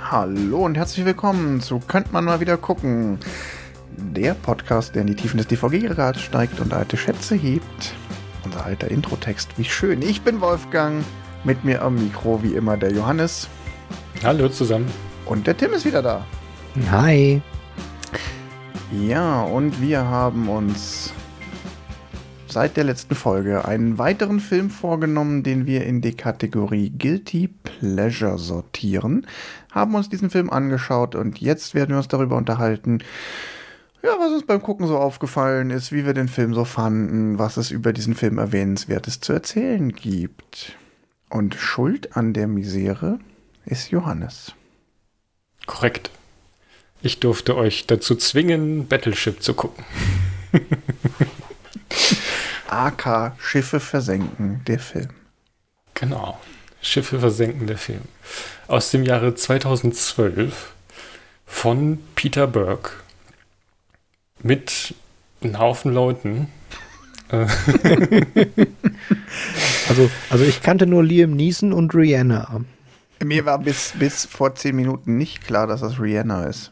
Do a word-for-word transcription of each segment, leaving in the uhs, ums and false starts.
Hallo und herzlich willkommen zu Könnt man mal wieder gucken. Der Podcast, der in die Tiefen des D V G-Regal's steigt und alte Schätze hebt. Unser alter Introtext, wie schön. Ich bin Wolfgang, mit mir am Mikro wie immer der Johannes. Hallo zusammen. Und der Tim ist wieder da. Hi. Ja, und wir haben uns seit der letzten Folge einen weiteren Film vorgenommen, den wir in die Kategorie Guilty Pleasure sortieren. Haben uns diesen Film angeschaut und jetzt werden wir uns darüber unterhalten, ja, was uns beim Gucken so aufgefallen ist, wie wir den Film so fanden, was es über diesen Film Erwähnenswertes zu erzählen gibt. Und Schuld an der Misere ist Johannes. Korrekt. Ich durfte euch dazu zwingen, Battleship zu gucken. A K Schiffe versenken, der Film. Genau. Schiffe versenken, der Film. Aus dem Jahre zweitausendzwölf von Peter Berg. Mit einem Haufen Leuten. also, also ich kannte nur Liam Neeson und Rihanna. Mir war bis, bis vor zehn Minuten nicht klar, dass das Rihanna ist.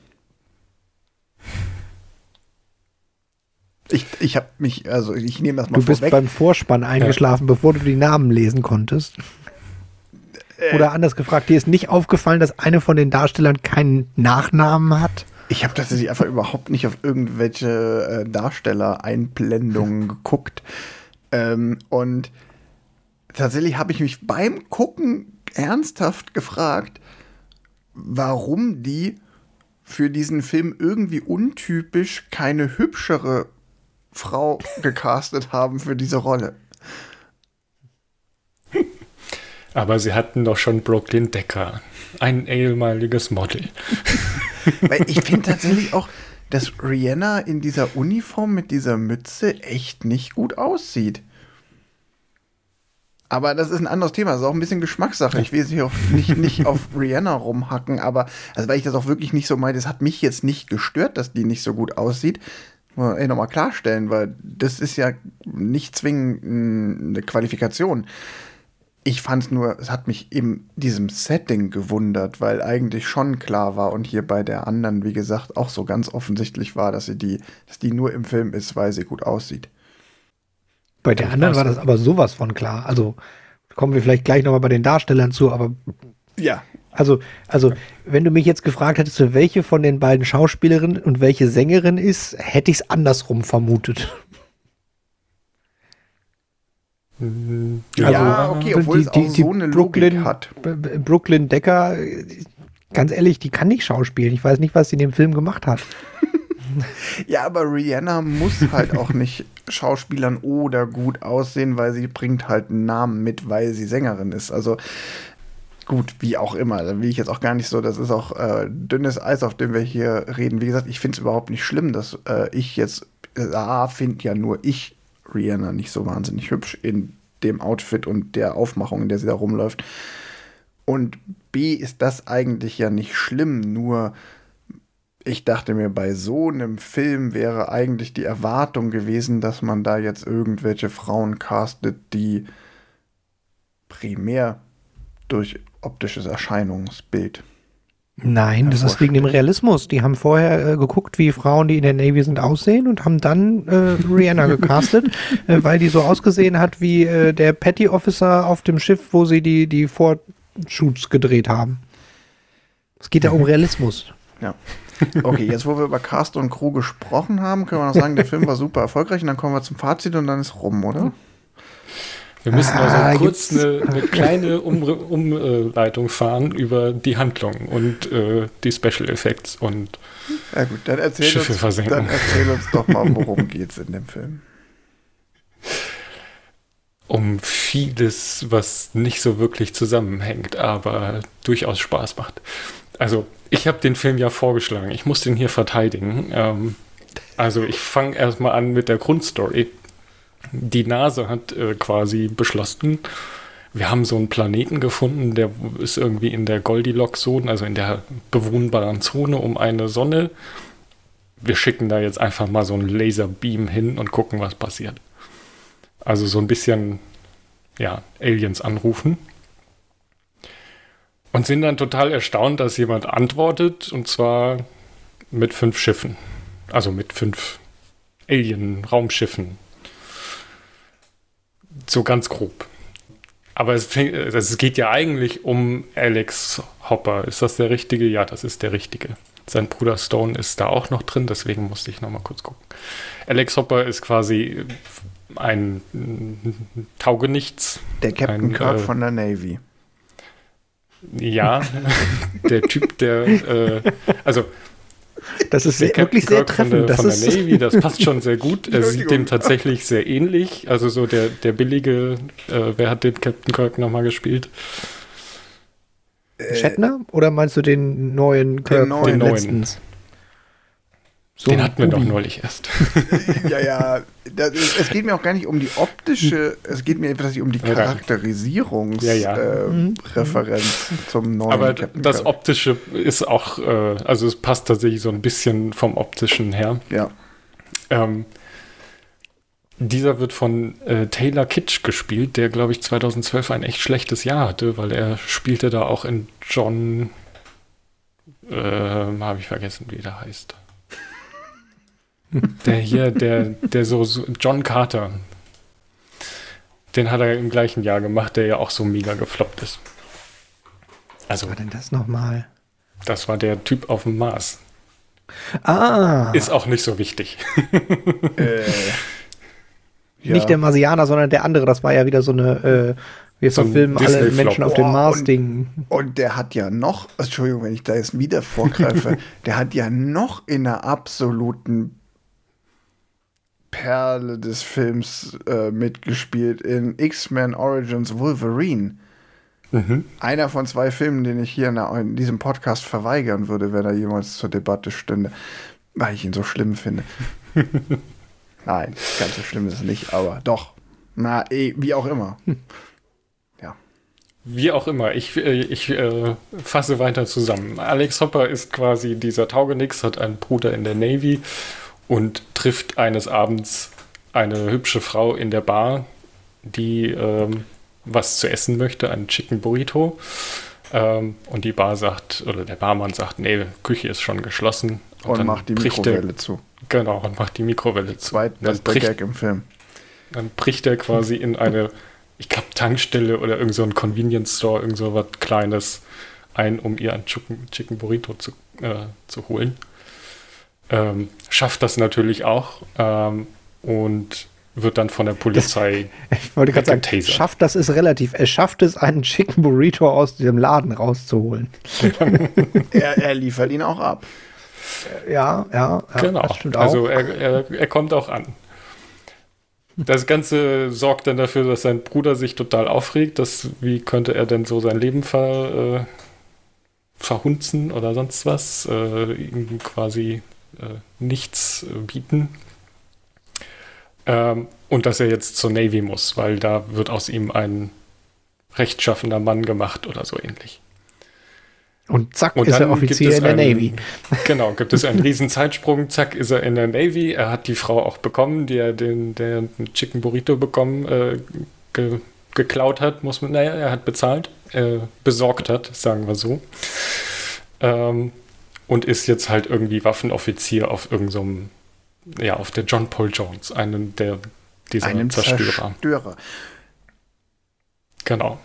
Ich, ich habe mich, also ich nehme das mal Du bist vorweg. beim Vorspann eingeschlafen, ja. Bevor du die Namen lesen konntest. Äh, Oder anders gefragt, dir ist nicht aufgefallen, dass eine von den Darstellern keinen Nachnamen hat? Ich habe tatsächlich einfach überhaupt nicht auf irgendwelche äh, Darsteller-Einblendungen geguckt. Ähm, und tatsächlich habe ich mich beim Gucken ernsthaft gefragt, warum die für diesen Film irgendwie untypisch keine hübschere Frau gecastet haben für diese Rolle. Aber sie hatten doch schon Brooklyn Decker, ein ehemaliges Model. Weil ich finde tatsächlich auch, dass Rihanna in dieser Uniform mit dieser Mütze echt nicht gut aussieht. Aber das ist ein anderes Thema, das ist auch ein bisschen Geschmackssache. Ich will sie auch nicht, nicht auf Rihanna rumhacken, aber also weil ich das auch wirklich nicht so meine, das hat mich jetzt nicht gestört, dass die nicht so gut aussieht. Muss ich nochmal klarstellen, weil das ist ja nicht zwingend eine Qualifikation. Ich fand es nur, es hat mich in diesem Setting gewundert, weil eigentlich schon klar war und hier bei der anderen, wie gesagt, auch so ganz offensichtlich war, dass sie die, dass die nur im Film ist, weil sie gut aussieht. Bei der anderen war das aber sowas von klar. Also kommen wir vielleicht gleich nochmal bei den Darstellern zu, aber ja. Also, also wenn du mich jetzt gefragt hättest, für welche von den beiden Schauspielerinnen und welche Sängerin ist, hätte ich es andersrum vermutet. Ja, also, okay, obwohl die, es auch die, die so eine Brooklyn, Logik hat. Brooklyn Decker, ganz ehrlich, die kann nicht schauspielen. Ich weiß nicht, was sie in dem Film gemacht hat. Ja, aber Rihanna muss halt auch nicht Schauspielern oder gut aussehen, weil sie bringt halt einen Namen mit, weil sie Sängerin ist. Also gut, wie auch immer. Da will ich jetzt auch gar nicht so, das ist auch äh, dünnes Eis, auf dem wir hier reden. Wie gesagt, ich finde es überhaupt nicht schlimm, dass äh, ich jetzt, äh, A, finde ja nur ich Rihanna nicht so wahnsinnig hübsch in dem Outfit und der Aufmachung, in der sie da rumläuft. Und B, ist das eigentlich ja nicht schlimm, nur ich dachte mir, bei so einem Film wäre eigentlich die Erwartung gewesen, dass man da jetzt irgendwelche Frauen castet, die primär durch optisches Erscheinungsbild. Nein, das ist wegen dem Realismus. Die haben vorher äh, geguckt, wie Frauen, die in der Navy sind, aussehen und haben dann äh, Rihanna gecastet, äh, weil die so ausgesehen hat wie äh, der Petty Officer auf dem Schiff, wo sie die, die Vorshoots gedreht haben. Es geht ja um Realismus. Ja. Okay, jetzt wo wir über Cast und Crew gesprochen haben, können wir noch sagen, der Film war super erfolgreich und dann kommen wir zum Fazit und dann ist rum, oder? Wir müssen also ah, kurz eine, eine kleine Umleitung um, fahren über die Handlung und äh, die Special Effects und ja gut, dann erzähl Schiffe uns, versenken. Dann erzähl uns doch mal, worum geht's in dem Film. Um vieles, was nicht so wirklich zusammenhängt, aber durchaus Spaß macht. Also, ich habe den Film ja vorgeschlagen. Ich muss den hier verteidigen. Ähm, also, ich fange erstmal an mit der Grundstory. Die NASA hat äh, quasi beschlossen, wir haben so einen Planeten gefunden, der ist irgendwie in der Goldilocks-Zone, also in der bewohnbaren Zone um eine Sonne. Wir schicken da jetzt einfach mal so einen Laserbeam hin und gucken, was passiert. Also so ein bisschen, ja, Aliens anrufen. Und sind dann total erstaunt, dass jemand antwortet, und zwar mit fünf Schiffen. Also mit fünf Alien-Raumschiffen. So ganz grob. Aber es, fängt, es geht ja eigentlich um Alex Hopper. Ist das der richtige? Ja, das ist der richtige. Sein Bruder Stone ist da auch noch drin, deswegen musste ich nochmal kurz gucken. Alex Hopper ist quasi ein Taugenichts. Der Captain ein, Kirk äh, von der Navy. Ja, der Typ, der, äh, also das ist der sehr, wirklich sehr Kirk von treffend. der, Das von ist der Navy, das passt schon sehr gut. Er sieht dem tatsächlich sehr ähnlich. Also so der, der billige, äh, wer hat den Captain Kirk nochmal gespielt? Shatner? Oder meinst du den neuen Kirk Den neuen. von Den neuen. letztens? So Den hatten wir doch Bubi. neulich erst. Ja, ja. Das ist, es geht mir auch gar nicht um die optische, es geht mir tatsächlich um die Ja. Charakterisierungsreferenz Ja, ja. Mhm. äh, zum neuen Aber Captain das Kirk. Optische ist auch, äh, also es passt tatsächlich so ein bisschen vom Optischen her. Ja. Ähm, dieser wird von äh, Taylor Kitsch gespielt, der, glaube ich, zweitausendzwölf ein echt schlechtes Jahr hatte, weil er spielte da auch in John, äh, habe ich vergessen, wie der heißt. Der hier, der, der so, so, John Carter. Den hat er im gleichen Jahr gemacht, der ja auch so mega gefloppt ist. Also, Was war denn das nochmal? das war der Typ auf dem Mars. Ah, Ist auch nicht so wichtig. Äh, ja. nicht der Marsianer, sondern der andere. Das war ja wieder so eine, äh, wir So ein verfilmen alle Disney-Flop. Menschen auf dem Boah, Mars-Ding. Und der hat ja noch, Entschuldigung, wenn ich da jetzt wieder vorgreife, der hat ja noch in einer absoluten Perle des Films äh, mitgespielt in X-Men Origins Wolverine. Mhm. Einer von zwei Filmen, den ich hier in, der, in diesem Podcast verweigern würde, wenn er jemals zur Debatte stünde, weil ich ihn so schlimm finde. Nein, ganz so schlimm ist es nicht, aber doch. Na, eh, wie auch immer. Ja. Wie auch immer, ich, äh, ich äh, fasse weiter zusammen. Alex Hopper ist quasi dieser Taugenix, hat einen Bruder in der Navy und trifft eines Abends eine hübsche Frau in der Bar, die ähm, was zu essen möchte, einen Chicken Burrito. Ähm, und die Bar sagt, oder der Barmann sagt, nee, Küche ist schon geschlossen. Und, und dann macht die bricht Mikrowelle der, zu. Genau, und macht die Mikrowelle zu. Dann Zweitbester bricht, Gag im Film. dann bricht er quasi in eine, ich glaube, Tankstelle oder irgend so ein Convenience Store, irgend so was Kleines ein, um ihr einen Chicken, Chicken Burrito zu, äh, zu holen. Ähm, schafft das natürlich auch ähm, und wird dann von der Polizei Ich wollte gerade sagen, weggetasert. schafft das ist relativ. Er schafft es, einen Chicken Burrito aus dem Laden rauszuholen. er, er liefert ihn auch ab. Ja, ja, ja Genau, das stimmt auch. also er, er, er kommt auch an. Das Ganze sorgt dann dafür, dass sein Bruder sich total aufregt, dass wie könnte er denn so sein Leben ver, äh, verhunzen oder sonst was, äh, ihm quasi äh, nichts äh, bieten. Ähm, und dass er jetzt zur Navy muss, weil da wird aus ihm ein rechtschaffender Mann gemacht oder so ähnlich. Und zack, Und ist er dann Offizier gibt es in der einen- Navy. Genau, gibt es einen riesen Zeitsprung, zack, ist er in der Navy. Er hat die Frau auch bekommen, die er den, der einen Chicken Burrito bekommen, äh, ge, geklaut hat, muss man, naja, er hat bezahlt, äh, besorgt hat, sagen wir so. Ähm, und ist jetzt halt irgendwie Waffenoffizier auf irgendeinem, ja, auf der John Paul Jones, einem der dieser Einem Zerstörer. Zerstörer. Genau.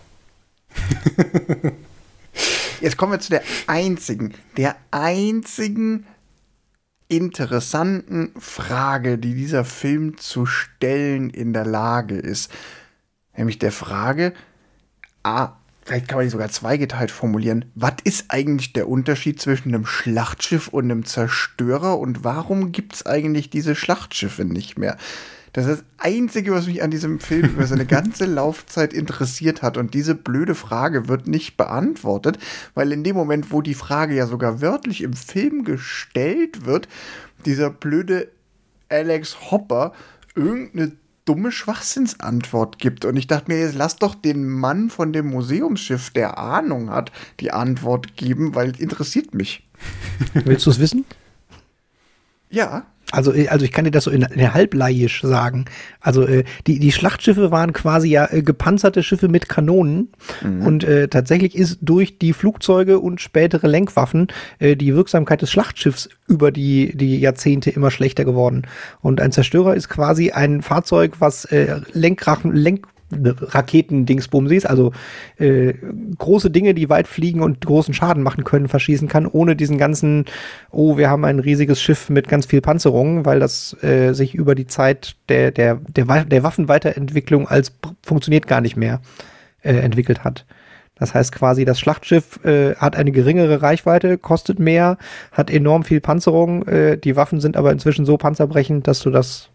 Jetzt kommen wir zu der einzigen, der einzigen interessanten Frage, die dieser Film zu stellen in der Lage ist. Nämlich der Frage, ah, vielleicht kann man die sogar zweigeteilt formulieren, was ist eigentlich der Unterschied zwischen einem Schlachtschiff und einem Zerstörer und warum gibt es eigentlich diese Schlachtschiffe nicht mehr? Das ist das Einzige, was mich an diesem Film über seine ganze Laufzeit interessiert hat. Und diese blöde Frage wird nicht beantwortet, weil in dem Moment, wo die Frage ja sogar wörtlich im Film gestellt wird, dieser blöde Alex Hopper irgendeine dumme Schwachsinnsantwort gibt. Und ich dachte mir, jetzt lass doch den Mann von dem Museumsschiff, der Ahnung hat, die Antwort geben, weil interessiert mich. Willst du es wissen? Ja. Also, also ich kann dir das so in, in halbleiisch sagen. Also äh, die, die Schlachtschiffe waren quasi ja äh, gepanzerte Schiffe mit Kanonen. Mhm. Und äh, tatsächlich ist durch die Flugzeuge und spätere Lenkwaffen äh, die Wirksamkeit des Schlachtschiffs über die, die Jahrzehnte immer schlechter geworden. Und ein Zerstörer ist quasi ein Fahrzeug, was äh, Lenkrachen, Lenk Raketen-Dingsbumsis, also äh, große Dinge, die weit fliegen und großen Schaden machen können, verschießen kann, ohne diesen ganzen, oh, wir haben ein riesiges Schiff mit ganz viel Panzerung, weil das äh, sich über die Zeit der, der, der, der Waffenweiterentwicklung als funktioniert gar nicht mehr äh, entwickelt hat. Das heißt quasi, das Schlachtschiff äh, hat eine geringere Reichweite, kostet mehr, hat enorm viel Panzerung, äh, die Waffen sind aber inzwischen so panzerbrechend, dass du das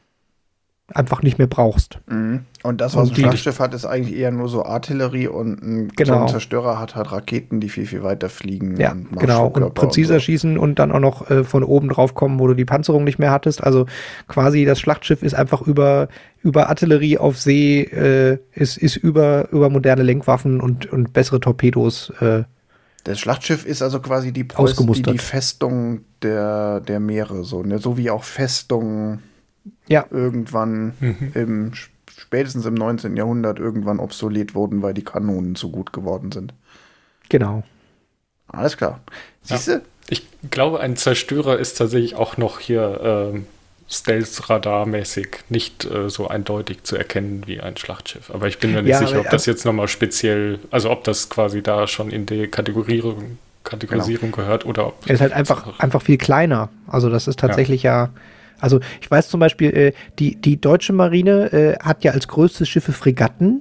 einfach nicht mehr brauchst. Und das, was und ein Schlachtschiff hat, ist eigentlich eher nur so Artillerie und ein, genau. so ein Zerstörer hat halt Raketen, die viel, viel weiter fliegen. Ja, und genau. Und präziser und so. schießen und dann auch noch äh, von oben drauf kommen, wo du die Panzerung nicht mehr hattest. Also quasi das Schlachtschiff ist einfach über, über Artillerie auf See, äh, ist, ist über, über moderne Lenkwaffen und, und bessere Torpedos. Äh, das Schlachtschiff ist also quasi die, Preuß, die, die Festung der, der Meere, so, ne? So wie auch Festungen ja. irgendwann mhm. im spätestens im neunzehnten Jahrhundert irgendwann obsolet wurden, weil die Kanonen zu gut geworden sind. Genau. Alles klar. Siehst du? Ja. Ich glaube, ein Zerstörer ist tatsächlich auch noch hier äh, Stealth-Radar-mäßig nicht äh, so eindeutig zu erkennen wie ein Schlachtschiff. Aber ich bin mir nicht ja, sicher, ob das jetzt nochmal speziell, also ob das quasi da schon in die Kategorierung, Kategorisierung genau. gehört oder ob... Er ist halt einfach, einfach viel kleiner. Also das ist tatsächlich ja... ja Also ich weiß zum Beispiel, äh, die, die deutsche Marine äh, hat ja als größte Schiffe Fregatten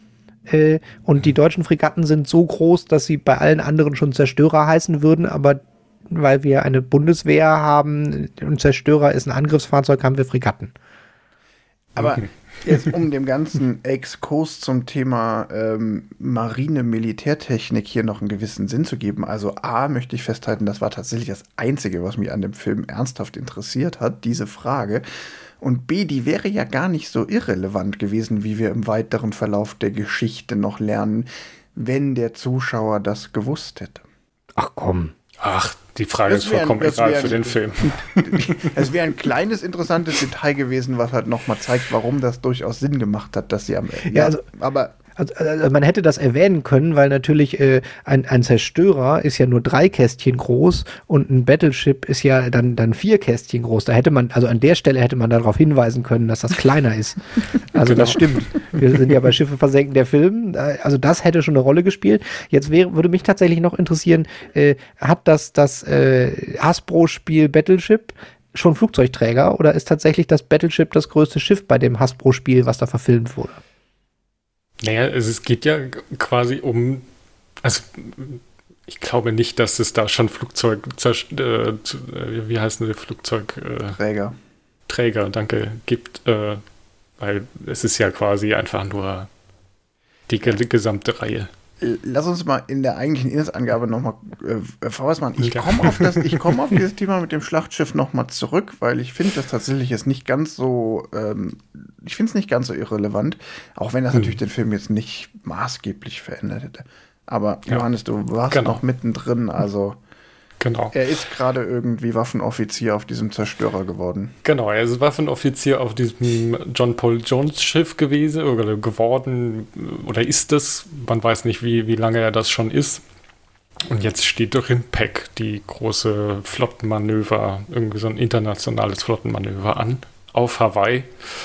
äh, und die deutschen Fregatten sind so groß, dass sie bei allen anderen schon Zerstörer heißen würden, aber weil wir eine Bundeswehr haben und Zerstörer ist ein Angriffsfahrzeug, haben wir Fregatten. Aber jetzt um dem ganzen Exkurs zum Thema ähm, Marine-Militärtechnik hier noch einen gewissen Sinn zu geben. Also A, möchte ich festhalten, das war tatsächlich das Einzige, was mich an dem Film ernsthaft interessiert hat, diese Frage. Und B, die wäre ja gar nicht so irrelevant gewesen, wie wir im weiteren Verlauf der Geschichte noch lernen, wenn der Zuschauer das gewusst hätte. Ach komm. Ach, die Frage das ist vollkommen ein, egal für ein, den Film. Es wäre ein kleines, interessantes Detail gewesen, was halt nochmal zeigt, warum das durchaus Sinn gemacht hat, dass sie am Ende. Ja, also, aber also, also man hätte das erwähnen können, weil natürlich äh, ein, ein Zerstörer ist ja nur drei Kästchen groß und ein Battleship ist ja dann, dann vier Kästchen groß. Da hätte man, also an der Stelle hätte man darauf hinweisen können, dass das kleiner ist. Also genau. Das stimmt. Wir sind ja bei Schiffe versenken der Film. Also das hätte schon eine Rolle gespielt. Jetzt wäre, würde mich tatsächlich noch interessieren, äh, hat das, das äh, Hasbro-Spiel Battleship schon Flugzeugträger oder ist tatsächlich das Battleship das größte Schiff bei dem Hasbro-Spiel, was da verfilmt wurde? Naja, es geht ja quasi um, also ich glaube nicht, dass es da schon Flugzeug, äh, wie heißen die Flugzeug? Äh, Träger. Träger, danke, gibt, äh, weil es ist ja quasi einfach nur die, die gesamte Reihe. Lass uns mal in der eigentlichen Inhaltsangabe nochmal äh, vorwärts machen. Ich komme auf, das, ich komm auf dieses Thema mit dem Schlachtschiff nochmal zurück, weil ich finde das tatsächlich jetzt nicht ganz so, ähm, ich finde es nicht ganz so irrelevant, auch wenn das hm. natürlich den Film jetzt nicht maßgeblich verändert hätte. Aber ja. Johannes, du warst genau. noch mittendrin, also genau. Er ist gerade irgendwie Waffenoffizier auf diesem Zerstörer geworden. Genau, er ist Waffenoffizier auf diesem John Paul Jones Schiff gewesen oder geworden oder ist es. Man weiß nicht, wie, wie lange er das schon ist. Und jetzt steht doch in P E C die große Flottenmanöver, irgendwie so ein internationales Flottenmanöver an, auf Hawaii.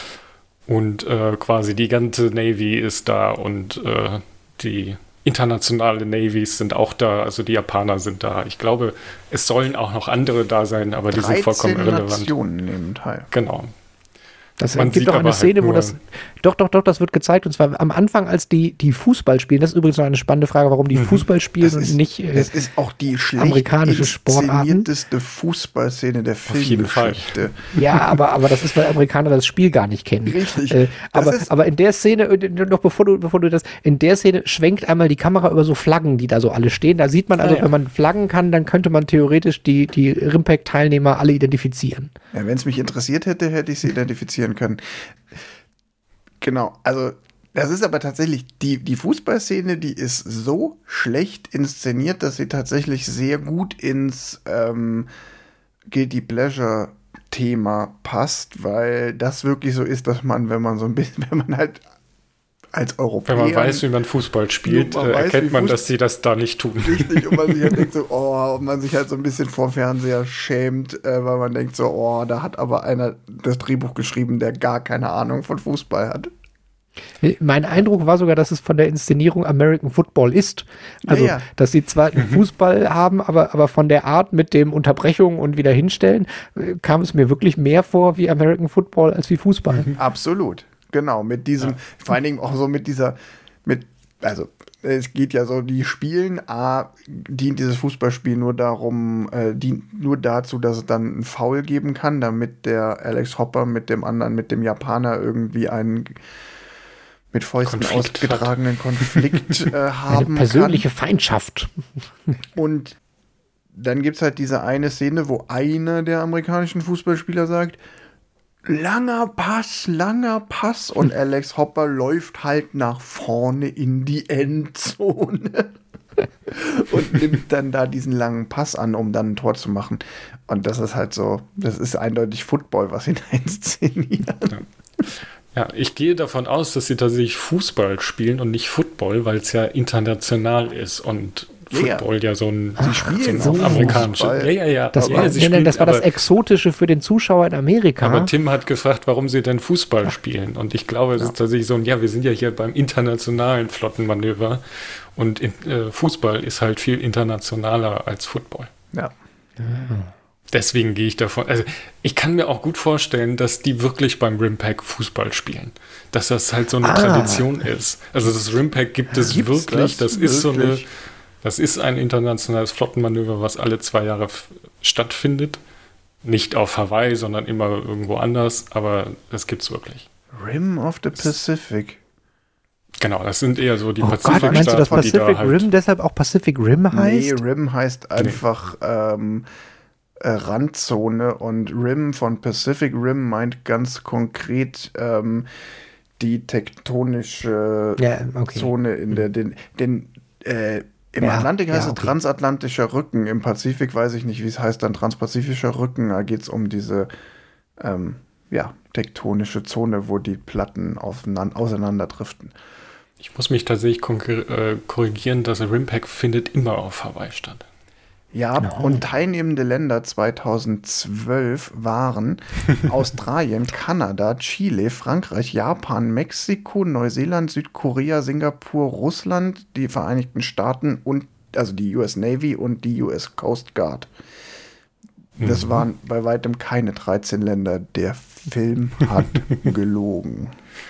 Und äh, quasi die ganze Navy ist da und äh, die internationale Navys sind auch da, also die Japaner sind da. Ich glaube, es sollen auch noch andere da sein, aber die sind vollkommen irrelevant. Nationen nehmen teil. Genau. Das Man gibt auch eine Szene, halt wo das, doch, doch, doch, das wird gezeigt, und zwar am Anfang, als die, die Fußball spielen. Das ist übrigens noch eine spannende Frage, warum die mhm. Fußball spielen das und ist, nicht äh, das ist auch die amerikanische Sportarten. inszenierteste Fußballszene der Filmgeschichte. Ja, aber, aber das ist, weil Amerikaner das Spiel gar nicht kennen. Richtig. Äh, aber, aber in der Szene, noch bevor du, bevor du das, in der Szene schwenkt einmal die Kamera über so Flaggen, die da so alle stehen. Da sieht man also, ah, ja. wenn man Flaggen kann, dann könnte man theoretisch die, die Rimpack-Teilnehmer alle identifizieren. Ja, wenn es mich interessiert hätte, hätte ich sie identifizieren können. Genau, also das ist aber tatsächlich, die, die Fußballszene, die ist so schlecht inszeniert, dass sie tatsächlich sehr gut ins ähm, Guilty Pleasure Thema passt, weil das wirklich so ist, dass man, wenn man so ein bisschen, wenn man halt als Europäer... Wenn man weiß, wie man Fußball spielt, man äh, weiß, erkennt man, Fuß- dass sie das da nicht tun. Richtig, und man sich halt denkt so, oh, und man sich halt so ein bisschen vor Fernseher schämt, äh, weil man denkt so, oh, da hat aber einer das Drehbuch geschrieben, der gar keine Ahnung von Fußball hat. Mein Eindruck war sogar, dass es von der Inszenierung American Football ist. Also, ja, ja. dass sie zwar mhm. Fußball haben, aber, aber von der Art mit dem Unterbrechungen und wieder hinstellen, kam es mir wirklich mehr vor wie American Football als wie Fußball. Mhm. Absolut. Genau, mit diesem, ja. vor allen Dingen auch so mit dieser, mit, also es geht ja so, die spielen, A, dient dieses Fußballspiel nur darum, äh, dient nur dazu, dass es dann einen Foul geben kann, damit der Alex Hopper mit dem anderen, mit dem Japaner irgendwie einen mit Fäusten Konflikt ausgetragenen hat. Konflikt äh, haben Eine persönliche kann. Feindschaft. Und dann gibt es halt diese eine Szene, wo einer der amerikanischen Fußballspieler sagt, langer Pass, langer Pass. Und Alex Hopper läuft halt nach vorne in die Endzone und nimmt dann da diesen langen Pass an, um dann ein Tor zu machen. Und das ist halt so, das ist eindeutig Football, was ihn inszeniert. Ja. Ja, ich gehe davon aus, dass sie tatsächlich Fußball spielen und nicht Football, weil es ja international ist und Football ja, ja so ein, sie spielen so ein amerikanisches. Ja, ja, ja. Das, aber, war, ja, nee, spielen, das war das Exotische für den Zuschauer in Amerika. Aber Tim hat gefragt, warum sie denn Fußball spielen. Und ich glaube, es ja. ist tatsächlich so ein, ja, wir sind ja hier beim internationalen Flottenmanöver und in, äh, Fußball ist halt viel internationaler als Football. Ja. ja. Deswegen gehe ich davon, also ich kann mir auch gut vorstellen, dass die wirklich beim Rimpack Fußball spielen. Dass das halt so eine ah. Tradition ist. Also das Rimpack gibt es Gibt's wirklich, das, das ist so eine, das ist ein internationales Flottenmanöver, was alle zwei Jahre f- stattfindet. Nicht auf Hawaii, sondern immer irgendwo anders, aber das gibt's wirklich. Rim of the Pacific. Genau, das sind eher so die oh Pazifik-Staaten, Gott, meinst du, dass Pacific da halt Rim deshalb auch Pacific Rim heißt? Nee, Rim heißt einfach nee. ähm, äh, Randzone und Rim von Pacific Rim meint ganz konkret ähm, die tektonische ja, okay. Zone in der, den, den äh, im ja, Atlantik heißt ja, okay. es transatlantischer Rücken, im Pazifik weiß ich nicht, wie es heißt, dann transpazifischer Rücken, da geht es um diese ähm, ja, tektonische Zone, wo die Platten aufeinander, auseinanderdriften. Ich muss mich tatsächlich konkur- äh, korrigieren, das Rimpack findet immer auf Hawaii statt. Ja, no. Und teilnehmende Länder zweitausendzwölf waren Australien, Kanada, Chile, Frankreich, Japan, Mexiko, Neuseeland, Südkorea, Singapur, Russland, die Vereinigten Staaten und also die U S Navy und die U S Coast Guard. Das mhm. waren bei weitem keine dreizehn Länder. Der Film hat gelogen.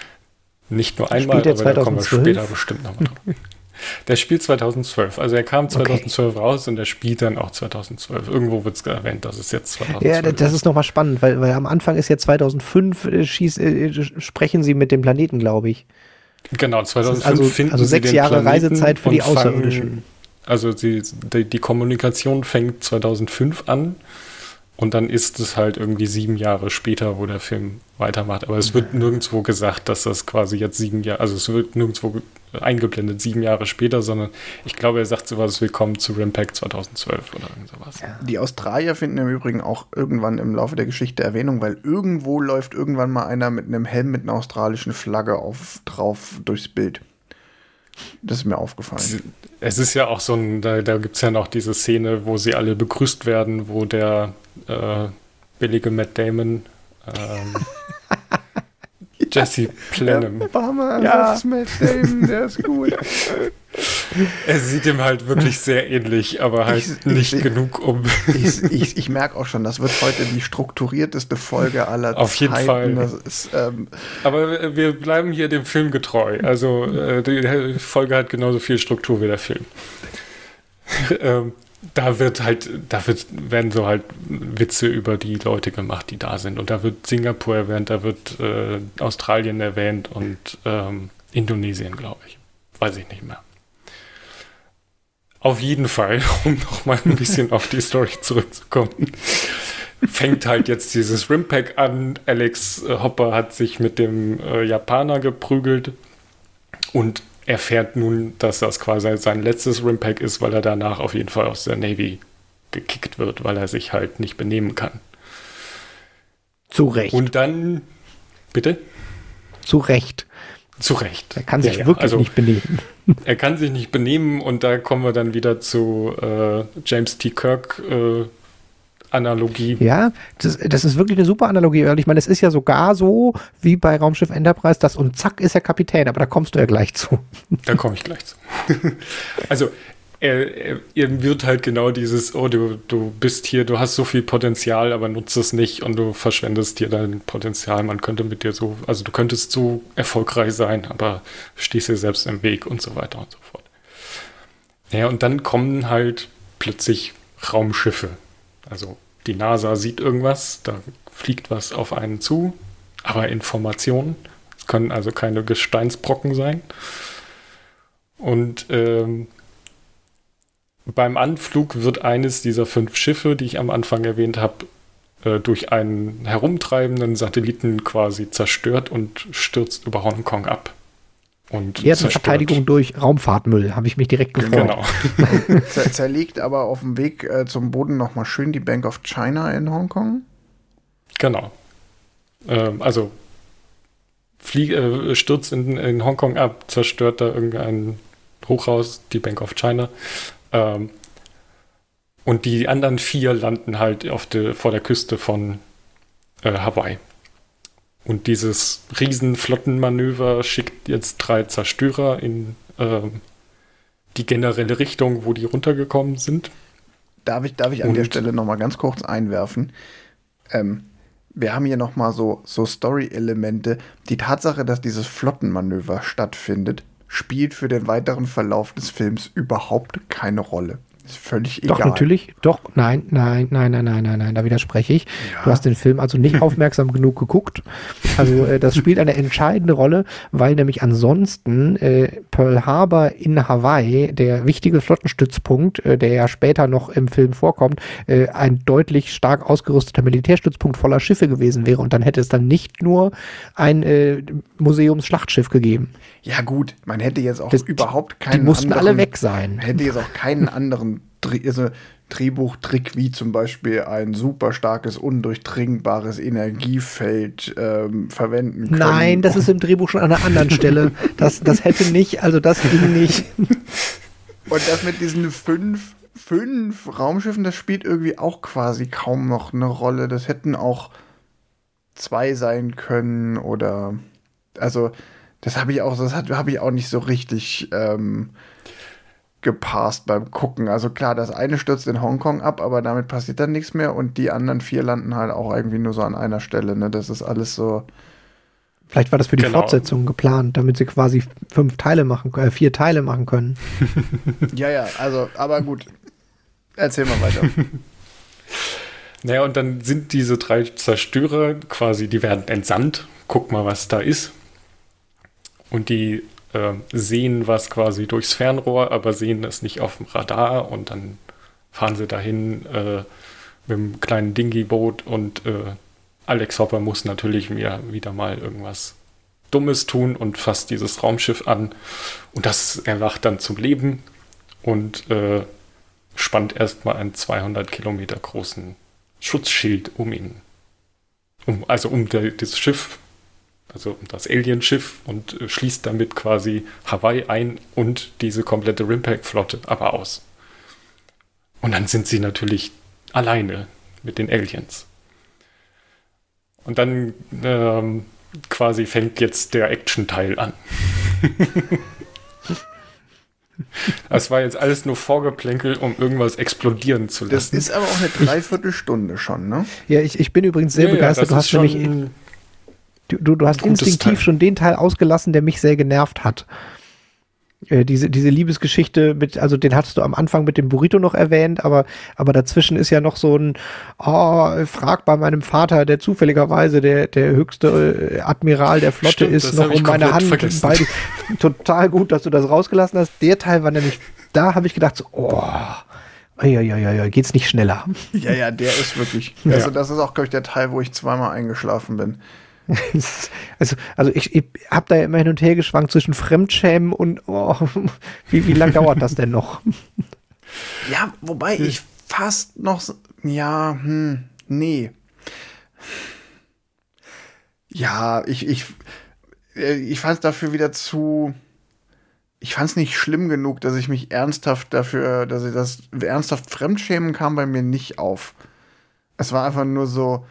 Nicht nur einmal, aber da kommen wir später bestimmt nochmal drauf. Der spielt zweitausendzwölf. Also er kam zweitausendzwölf okay. raus und er spielt dann auch zweitausendzwölf. Irgendwo wird es erwähnt, dass es jetzt zweitausendzwölf Ja, das ist nochmal spannend, weil, weil am Anfang ist ja zweitausendfünf, äh, schieß, äh, sprechen sie mit dem Planeten, glaube ich. Genau, zweitausendfünf also, finden also sechs sie den Jahre Planeten Reisezeit für die fangen, Außerirdischen. Also die, die, die Kommunikation fängt zweitausendfünf an. Und dann ist es halt irgendwie sieben Jahre später, wo der Film weitermacht. Aber es wird nirgendwo gesagt, dass das quasi jetzt sieben Jahre, also es wird nirgendwo eingeblendet, sieben Jahre später, sondern ich glaube, er sagt sowas, willkommen zu Rimpack zweitausendzwölf oder irgend sowas. Ja. Die Australier finden im Übrigen auch irgendwann im Laufe der Geschichte Erwähnung, weil irgendwo läuft irgendwann mal einer mit einem Helm mit einer australischen Flagge auf, drauf durchs Bild. Das ist mir aufgefallen. Es ist ja auch so ein, da, da gibt es ja noch diese Szene, wo sie alle begrüßt werden, wo der äh, billige Matt Damon ähm, Jesse Plemons. Obama, ja. Das ist Matt Damon, der ist gut. Er sieht ihm halt wirklich sehr ähnlich, aber halt ich, nicht ich, genug um. Ich, ich, ich merke auch schon, das wird heute die strukturierteste Folge aller Zeiten. Auf jeden Fall. Das ist, ähm aber wir bleiben hier dem Film getreu. Also äh, die Folge hat genauso viel Struktur wie der Film. ähm, da wird halt, da wird, werden so halt Witze über die Leute gemacht, die da sind. Und da wird Singapur erwähnt, da wird äh, Australien erwähnt und ähm, Indonesien, glaube ich. Weiß ich nicht mehr. Auf jeden Fall, um nochmal ein bisschen auf die Story zurückzukommen, fängt halt jetzt dieses Rimpack an. Alex Hopper hat sich mit dem äh, Japaner geprügelt und erfährt nun, dass das quasi sein letztes Rimpack ist, weil er danach auf jeden Fall aus der Navy gekickt wird, weil er sich halt nicht benehmen kann. Zu Recht. Und dann, bitte? Zu Recht. Zu Recht. Er kann sich ja, ja. wirklich also, nicht benehmen. Er kann sich nicht benehmen und da kommen wir dann wieder zu äh, James T. Kirk äh, Analogie. Ja, das, das ist wirklich eine super Analogie. Ich meine, es ist ja sogar so wie bei Raumschiff Enterprise, das und zack ist er Kapitän, aber da kommst du ja gleich zu. Da komme ich gleich zu. Also er, er, er wird halt genau dieses, oh, du, du bist hier, du hast so viel Potenzial, aber nutzt es nicht und du verschwendest dir dein Potenzial. Man könnte mit dir so, also du könntest so erfolgreich sein, aber stehst dir selbst im Weg und so weiter und so fort. Ja, und dann kommen halt plötzlich Raumschiffe. Also die NASA sieht irgendwas, da fliegt was auf einen zu, aber Informationen. Es können also keine Gesteinsbrocken sein. Und ähm, beim Anflug wird eines dieser fünf Schiffe, die ich am Anfang erwähnt habe, äh, durch einen herumtreibenden Satelliten quasi zerstört und stürzt über Hongkong ab. Und Erste Verteidigung durch Raumfahrtmüll, habe ich mich direkt gefreut. Genau. Zer zerlegt aber auf dem Weg äh, zum Boden nochmal schön die Bank of China in Hongkong. Genau. Ähm, also flieg, äh, stürzt in, in Hongkong ab, zerstört da irgendein Hochhaus, die Bank of China. Ähm, und die anderen vier landen halt auf de, vor der Küste von äh, Hawaii. Und dieses Riesenflottenmanöver schickt jetzt drei Zerstörer in ähm, die generelle Richtung, wo die runtergekommen sind. Darf ich, darf ich an Und? der Stelle noch mal ganz kurz einwerfen? Ähm, wir haben hier noch mal so, so Story-Elemente. Die Tatsache, dass dieses Flottenmanöver stattfindet, spielt für den weiteren Verlauf des Films überhaupt keine Rolle. Ist völlig egal. Doch, natürlich. Doch, nein, nein, nein, nein, nein, nein, nein, da widerspreche ich. Ja. Du hast den Film also nicht aufmerksam genug geguckt. Also äh, das spielt eine entscheidende Rolle, weil nämlich ansonsten äh, Pearl Harbor in Hawaii, der wichtige Flottenstützpunkt, äh, der ja später noch im Film vorkommt, äh, ein deutlich stark ausgerüsteter Militärstützpunkt voller Schiffe gewesen wäre und dann hätte es dann nicht nur ein äh, Museumsschlachtschiff gegeben. Ja gut, man hätte jetzt auch das, überhaupt keinen Die mussten anderen, alle weg sein. Man hätte jetzt auch keinen anderen also Drehbuchtrick wie zum Beispiel ein super starkes, undurchdringbares Energiefeld ähm, verwenden können. Nein, das ist im Drehbuch schon an einer anderen Stelle. Das, das hätte nicht, also das ging nicht. Und das mit diesen fünf, fünf Raumschiffen, das spielt irgendwie auch quasi kaum noch eine Rolle. Das hätten auch zwei sein können oder also das habe ich auch, das habe ich auch nicht so richtig ähm, gepasst beim Gucken. Also klar, das eine stürzt in Hongkong ab, aber damit passiert dann nichts mehr und die anderen vier landen halt auch irgendwie nur so an einer Stelle. Ne? Das ist alles so. Vielleicht war das für die genau. Fortsetzung geplant, damit sie quasi fünf Teile machen, äh, vier Teile machen können. Ja, ja, also, aber gut. Erzähl mal weiter. Naja, und dann sind diese drei Zerstörer quasi, die werden entsandt. Guck mal, was da ist. Und die äh, sehen was quasi durchs Fernrohr, aber sehen das nicht auf dem Radar. Und dann fahren sie dahin äh, mit einem kleinen Dingy-Boot. Und äh, Alex Hopper muss natürlich wieder, wieder mal irgendwas Dummes tun und fasst dieses Raumschiff an. Und das erwacht dann zum Leben und äh, spannt erstmal einen zweihundert Kilometer großen Schutzschild um ihn. Um, also um der, das Schiff, also um das Alien-Schiff und äh, schließt damit quasi Hawaii ein und diese komplette Rimpack-Flotte aber aus. Und dann sind sie natürlich alleine mit den Aliens. Und dann ähm, quasi fängt jetzt der Action-Teil an. Das war jetzt alles nur Vorgeplänkel, um irgendwas explodieren zu lassen. Das ist aber auch eine Dreiviertelstunde schon, ne? Ja, ich, ich bin übrigens sehr ja, begeistert. Ja, du hast nämlich, du, du hast instinktiv Teil. schon den Teil ausgelassen, der mich sehr genervt hat. Äh, diese, diese Liebesgeschichte mit, also den hattest du am Anfang mit dem Burrito noch erwähnt, aber, aber dazwischen ist ja noch so ein, oh, frag bei meinem Vater, der zufälligerweise der, der höchste äh, Admiral der Flotte Stimmt, ist, noch um meine Hand. Beide, total gut, dass du das rausgelassen hast. Der Teil war nämlich, da habe ich gedacht, so, oh, ja, ja, ja, ja, geht's nicht schneller. Ja, ja, der ist wirklich, ja. Also das ist auch, glaube ich, der Teil, wo ich zweimal eingeschlafen bin. Also, also ich, ich habe da ja immer hin und her geschwankt zwischen Fremdschämen und oh, wie, wie lange dauert das denn noch? Ja, wobei ich fast noch, ja, hm, nee. Ja, ich, ich, ich fand es dafür wieder zu. Ich fand es nicht schlimm genug, dass ich mich ernsthaft dafür, dass ich das ernsthaft Fremdschämen kam bei mir nicht auf. Es war einfach nur so,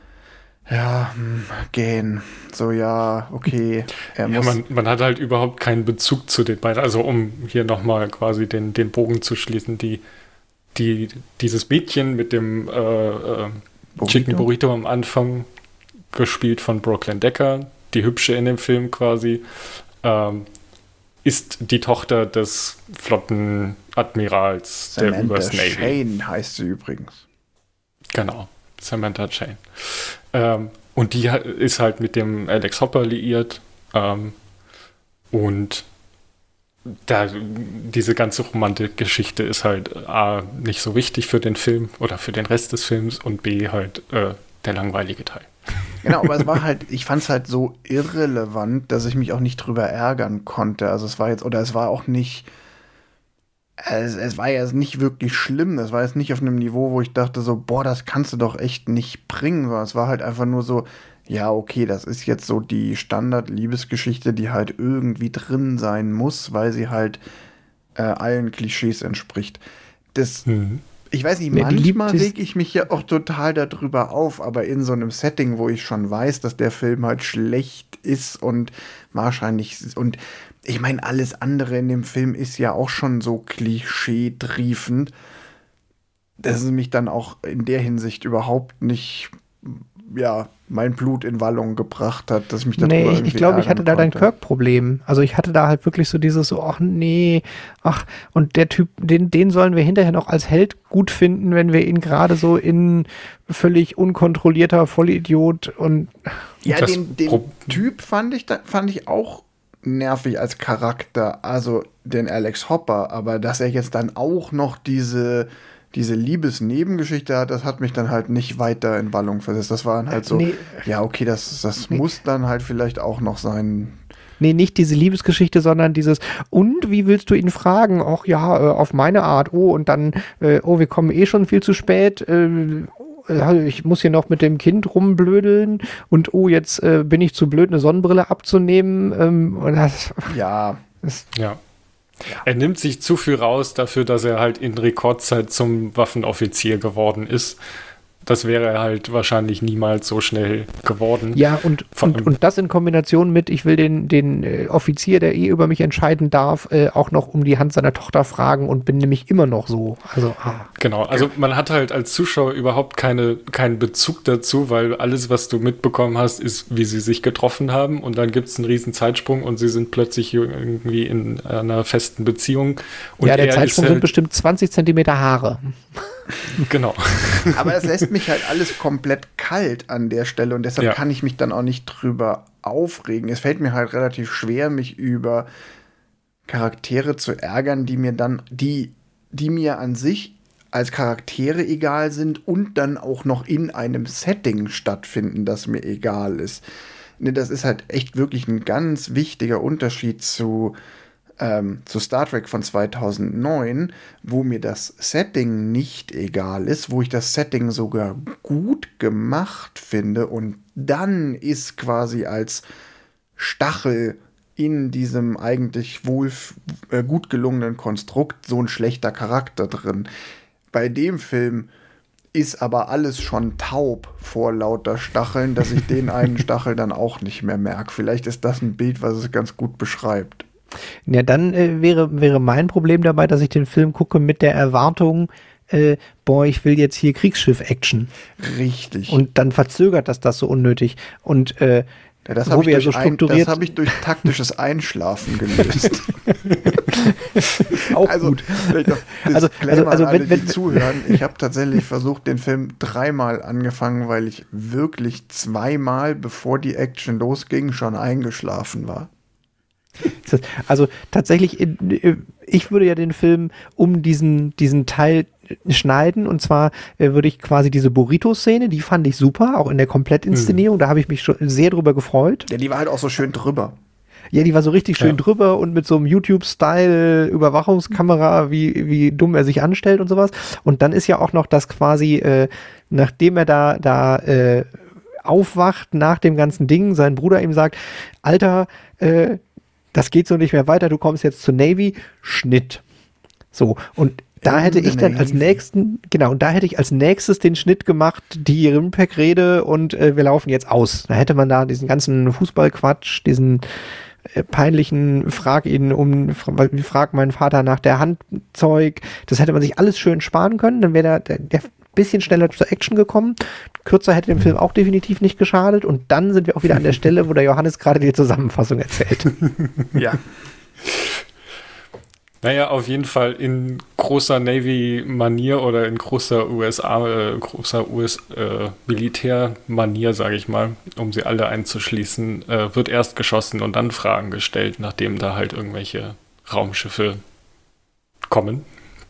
ja, hm, gehen. So, ja, okay. Er Ja, muss man, man hat halt überhaupt keinen Bezug zu den beiden. Also um hier nochmal quasi den, den Bogen zu schließen, die, die, dieses Mädchen mit dem äh, äh, Burrito? Chicken Burrito am Anfang, gespielt von Brooklyn Decker, die Hübsche in dem Film quasi, ähm, ist die Tochter des Flottenadmirals der U S Samantha Navy. Shane heißt sie übrigens. Genau, Samantha Shane. Ähm, und die ha- ist halt mit dem Alex Hopper liiert. Ähm, und da, diese ganze Romantikgeschichte ist halt A, nicht so wichtig für den Film oder für den Rest des Films und B, halt äh, der langweilige Teil. Genau, aber es war halt, ich fand es halt so irrelevant, dass ich mich auch nicht drüber ärgern konnte. Also es war jetzt, oder es war auch nicht, es, es war jetzt nicht wirklich schlimm. Das war jetzt nicht auf einem Niveau, wo ich dachte so, boah, das kannst du doch echt nicht bringen. Sondern es war halt einfach nur so, ja, okay, das ist jetzt so die Standard-Liebesgeschichte, die halt irgendwie drin sein muss, weil sie halt äh, allen Klischees entspricht. Das Mhm. Ich weiß nicht, Ja, die liebt manchmal es- reg ich mich ja auch total darüber auf, aber in so einem Setting, wo ich schon weiß, dass der Film halt schlecht ist und wahrscheinlich, und ich meine, alles andere in dem Film ist ja auch schon so klischee-triefend, dass es mich dann auch in der Hinsicht überhaupt nicht, ja, mein Blut in Wallung gebracht hat, dass ich mich darüber Nee, ich, irgendwie ich glaube, ich hatte ärgern da dein konnte. Kirk-Problem. Also ich hatte da halt wirklich so dieses so, ach nee, ach, und der Typ, den, den sollen wir hinterher noch als Held gut finden, wenn wir ihn gerade so in völlig unkontrollierter Vollidiot und Ja, Das den, den Pro- Typ fand ich, da, fand ich auch nervig als Charakter, also den Alex Hopper, aber dass er jetzt dann auch noch diese, diese Liebesnebengeschichte hat, das hat mich dann halt nicht weiter in Wallung versetzt. Das war dann halt so, Nee. ja, okay, das, das Nee. muss dann halt vielleicht auch noch sein. nee, nicht diese Liebesgeschichte, sondern dieses, und wie willst du ihn fragen? Ach ja, äh, auf meine Art, oh, und dann, äh, oh, wir kommen eh schon viel zu spät, äh, äh, ich muss hier noch mit dem Kind rumblödeln und oh, jetzt äh, bin ich zu blöd, eine Sonnenbrille abzunehmen. Ähm, und das, Ja, das, Ja. Er nimmt sich zu viel raus dafür, dass er halt in Rekordzeit zum Waffenoffizier geworden ist. Das wäre er halt wahrscheinlich niemals so schnell geworden. ja, und, Vor und, allem- und das in Kombination mit, ich will den, den äh, Offizier, der eh über mich entscheiden darf, äh, auch noch um die Hand seiner Tochter fragen und bin nämlich immer noch so. Also, ah. Genau, also man hat halt als Zuschauer überhaupt keine, keinen Bezug dazu, weil alles, was du mitbekommen hast, ist, wie sie sich getroffen haben und dann gibt es einen riesen Zeitsprung und sie sind plötzlich irgendwie in einer festen Beziehung. Und Ja, der er Zeitsprung ist sind halt, bestimmt zwanzig Zentimeter Haare. genau. aber es lässt mich halt alles komplett kalt an der Stelle und deshalb Ja. kann ich mich dann auch nicht drüber aufregen. Es fällt mir halt relativ schwer, mich über Charaktere zu ärgern, die mir dann, die, die mir an sich als Charaktere egal sind und dann auch noch in einem Setting stattfinden, das mir egal ist. Ne, das ist halt echt wirklich ein ganz wichtiger Unterschied zu ähm, zu Star Trek von zweitausendneun, wo mir das Setting nicht egal ist, wo ich das Setting sogar gut gemacht finde und dann ist quasi als Stachel in diesem eigentlich wohl äh, gut gelungenen Konstrukt so ein schlechter Charakter drin. Bei dem Film ist aber alles schon taub vor lauter Stacheln, dass ich den einen Stachel dann auch nicht mehr merke. Vielleicht ist das ein Bild, was es ganz gut beschreibt. Ja, dann äh, wäre, wäre mein Problem dabei, dass ich den Film gucke mit der Erwartung, äh, boah, ich will jetzt hier Kriegsschiff-Action. Richtig. Und dann verzögert das das so unnötig. Und äh, ja, das wo habe ich, wir durch so ein- strukturiert- das hab ich durch taktisches Einschlafen gelöst. auch Also, gut. vielleicht noch Also- Disclaimer also- also an alle, wenn- wenn- die zuhören. Ich habe tatsächlich versucht, den Film dreimal angefangen, weil ich wirklich zweimal, bevor die Action losging, schon eingeschlafen war. Also tatsächlich, äh, ich würde ja den Film um diesen, diesen Teil schneiden und zwar äh, würde ich quasi diese Burrito-Szene, die fand ich super, auch in der Komplettinszenierung, da habe ich mich schon sehr drüber gefreut. Ja, die war halt auch so schön drüber. Ja, die war so richtig schön Ja. drüber und mit so einem YouTube-Style Überwachungskamera, wie, wie dumm er sich anstellt und sowas. Und dann ist ja auch noch das quasi, äh, nachdem er da, da äh, aufwacht nach dem ganzen Ding, sein Bruder ihm sagt, Alter, äh, das geht so nicht mehr weiter, du kommst jetzt zur Navy, Schnitt. So, und da hätte ich dann als nächsten, genau, und da hätte ich als nächstes den Schnitt gemacht, die Impact-Rede und äh, wir laufen jetzt aus. Da hätte man da diesen ganzen Fußballquatsch, diesen äh, peinlichen Frag ihn um, wie fragt mein Vater nach der Handzeug, das hätte man sich alles schön sparen können, dann wäre der, der bisschen schneller zur Action gekommen. Kürzer hätte dem Film auch definitiv nicht geschadet und dann sind wir auch wieder an der Stelle, wo der Johannes gerade die Zusammenfassung erzählt. Ja. Naja, auf jeden Fall in großer Navy-Manier oder in großer U S A, äh, großer U S-Militär-Manier, sage ich mal, um sie alle einzuschließen, äh, wird erst geschossen und dann Fragen gestellt, nachdem da halt irgendwelche Raumschiffe kommen.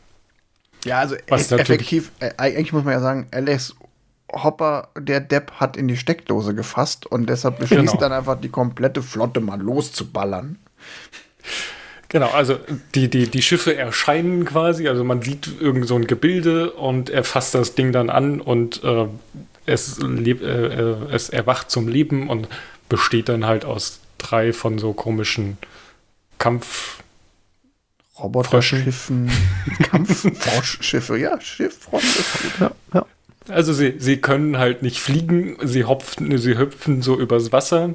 Ja, also Was e- effektiv, äh, eigentlich muss man ja sagen, Alex Hopper, der Depp, hat in die Steckdose gefasst und deshalb beschließt Genau. dann einfach die komplette Flotte mal loszuballern. Genau, also die, die, die Schiffe erscheinen quasi, also man sieht irgend so ein Gebilde und er fasst das Ding dann an und äh, es, leb, äh, es erwacht zum Leben und besteht dann halt aus drei von so komischen Kampf... Roboterschiffen, Kampffroschschiffe, ja, Schifffrosch ist gut. Ja, ja. Also sie, sie können halt nicht fliegen, sie hopfen, sie hüpfen so übers Wasser.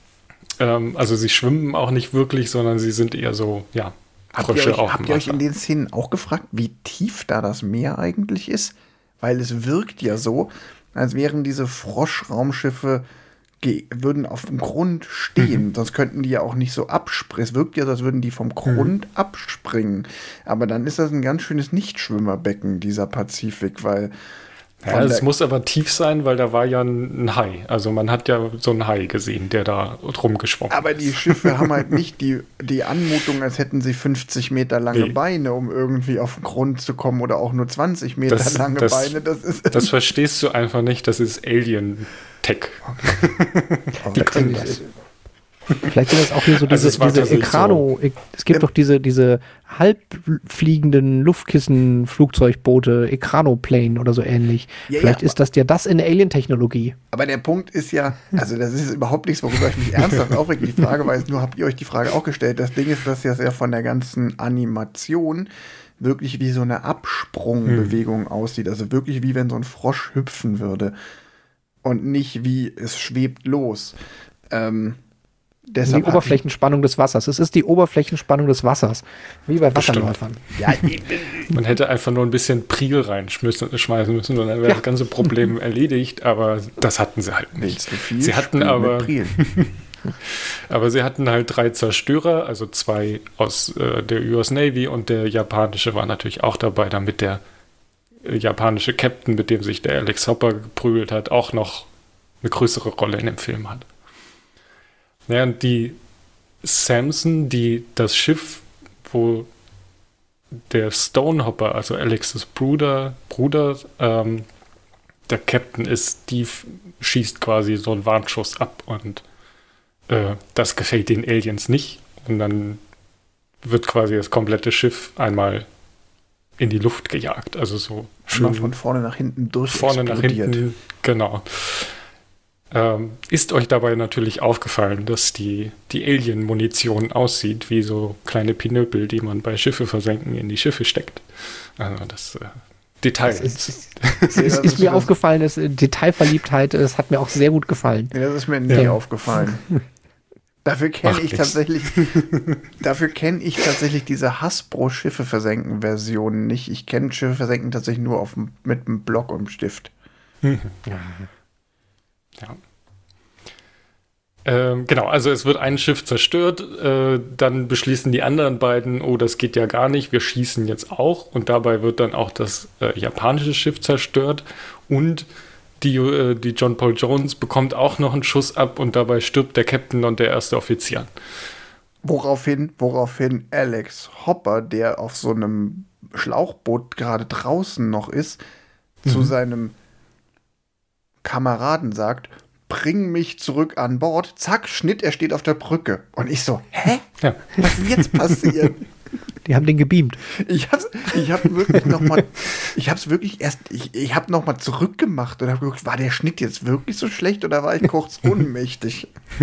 Ähm, also sie schwimmen auch nicht wirklich, sondern sie sind eher so, ja, Habt ihr Frösche euch, auf habt dem ihr euch Wasser. in den Szenen auch gefragt, wie tief da das Meer eigentlich ist? Weil es wirkt ja so, als wären diese Froschraumschiffe ge- würden auf dem Grund stehen. Mhm. Sonst könnten die ja auch nicht so abspringen. Es wirkt ja so, als würden die vom Grund Mhm. abspringen. Aber dann ist das ein ganz schönes Nichtschwimmerbecken, dieser Pazifik, weil Ja, von es der- muss aber tief sein, weil da war ja ein, ein Hai. Also man hat ja so einen Hai gesehen, der da rumgeschwommen aber ist. die Schiffe haben halt nicht die, die Anmutung, als hätten sie fünfzig Meter lange Nee. Beine, um irgendwie auf den Grund zu kommen oder auch nur zwanzig Meter Das- lange das- Beine. Das ist Das verstehst du einfach nicht, das ist Alien-Tech. Aber Die können ich- das. Vielleicht sind das auch hier so Also diese, es war diese tatsächlich Ekrano, e- es gibt Ja. doch diese, diese halbfliegenden Luftkissen-Flugzeugboote, Ekranoplane oder so ähnlich. Ja, Vielleicht ja, ist das ja das in der Alien-Technologie. Aber der Punkt ist ja, also das ist überhaupt nichts, worüber ich mich ernsthaft aufrege. Die Frage war jetzt nur, habt ihr euch die Frage auch gestellt? Das Ding ist, dass ja sehr von der ganzen Animation wirklich wie so eine Absprungbewegung aussieht. Also wirklich wie wenn so ein Frosch hüpfen würde. Und nicht wie es schwebt los. Ähm, Die deshalb hat Oberflächenspannung des Wassers. Es ist die Oberflächenspannung des Wassers. Wie bei Bestimmt. Wasserläufern. ich, ja, Man hätte einfach nur ein bisschen Priel reinschmeißen müssen und dann wäre Ja. das ganze Problem erledigt, aber das hatten sie halt nicht. willst du viel? Sie hatten Spiel aber- mit Priel. Aber sie hatten halt drei Zerstörer, also zwei aus äh, der U S Navy und der japanische war natürlich auch dabei, damit der äh, japanische Captain, mit dem sich der Alex Hopper geprügelt hat, auch noch eine größere Rolle in dem Film hat. Ja, und die Samson, die das Schiff, wo der Stonehopper, also Alex's Bruder, Bruder ähm, der Captain ist, die f- schießt quasi so einen Warnschuss ab und äh, das gefällt den Aliens nicht. Und dann wird quasi das komplette Schiff einmal in die Luft gejagt. Also so Schön schön von vorne nach hinten durch vorne nach explodiert. hinten. Genau. Ähm, ist euch dabei natürlich aufgefallen, dass die, die Alien-Munition aussieht wie so kleine Pinöpel, die man bei Schiffe versenken in die Schiffe steckt. Also das äh, Detail. Es ist, es Ja, ist, das ist ist mir das- aufgefallen, dass äh, Detailverliebtheit, es hat mir auch sehr gut gefallen. Ja, das ist mir nie Ja. aufgefallen. Dafür kenne Macht ich nichts. tatsächlich, dafür kenne ich tatsächlich diese Hasbro Schiffe versenken Version nicht. Ich kenne Schiffe versenken tatsächlich nur auf, dem- mit einem Block und einem Stift. Ja. Ähm, genau, also es wird ein Schiff zerstört, äh, dann beschließen die anderen beiden, oh, das geht ja gar nicht, wir schießen jetzt auch und dabei wird dann auch das äh, japanische Schiff zerstört und die, äh, die John Paul Jones bekommt auch noch einen Schuss ab und dabei stirbt der Captain und der erste Offizier. Woraufhin, woraufhin Alex Hopper, der auf so einem Schlauchboot gerade draußen noch ist, zu seinem Kameraden sagt, bring mich zurück an Bord. Zack, Schnitt, er steht auf der Brücke. Und ich so, hä? Ja. Was ist jetzt passiert? Die haben den gebeamt. Ich hab's, ich hab wirklich noch mal, ich hab's wirklich erst, ich, ich hab noch mal zurückgemacht und hab geguckt, war der Schnitt jetzt wirklich so schlecht oder war ich kurz ohnmächtig?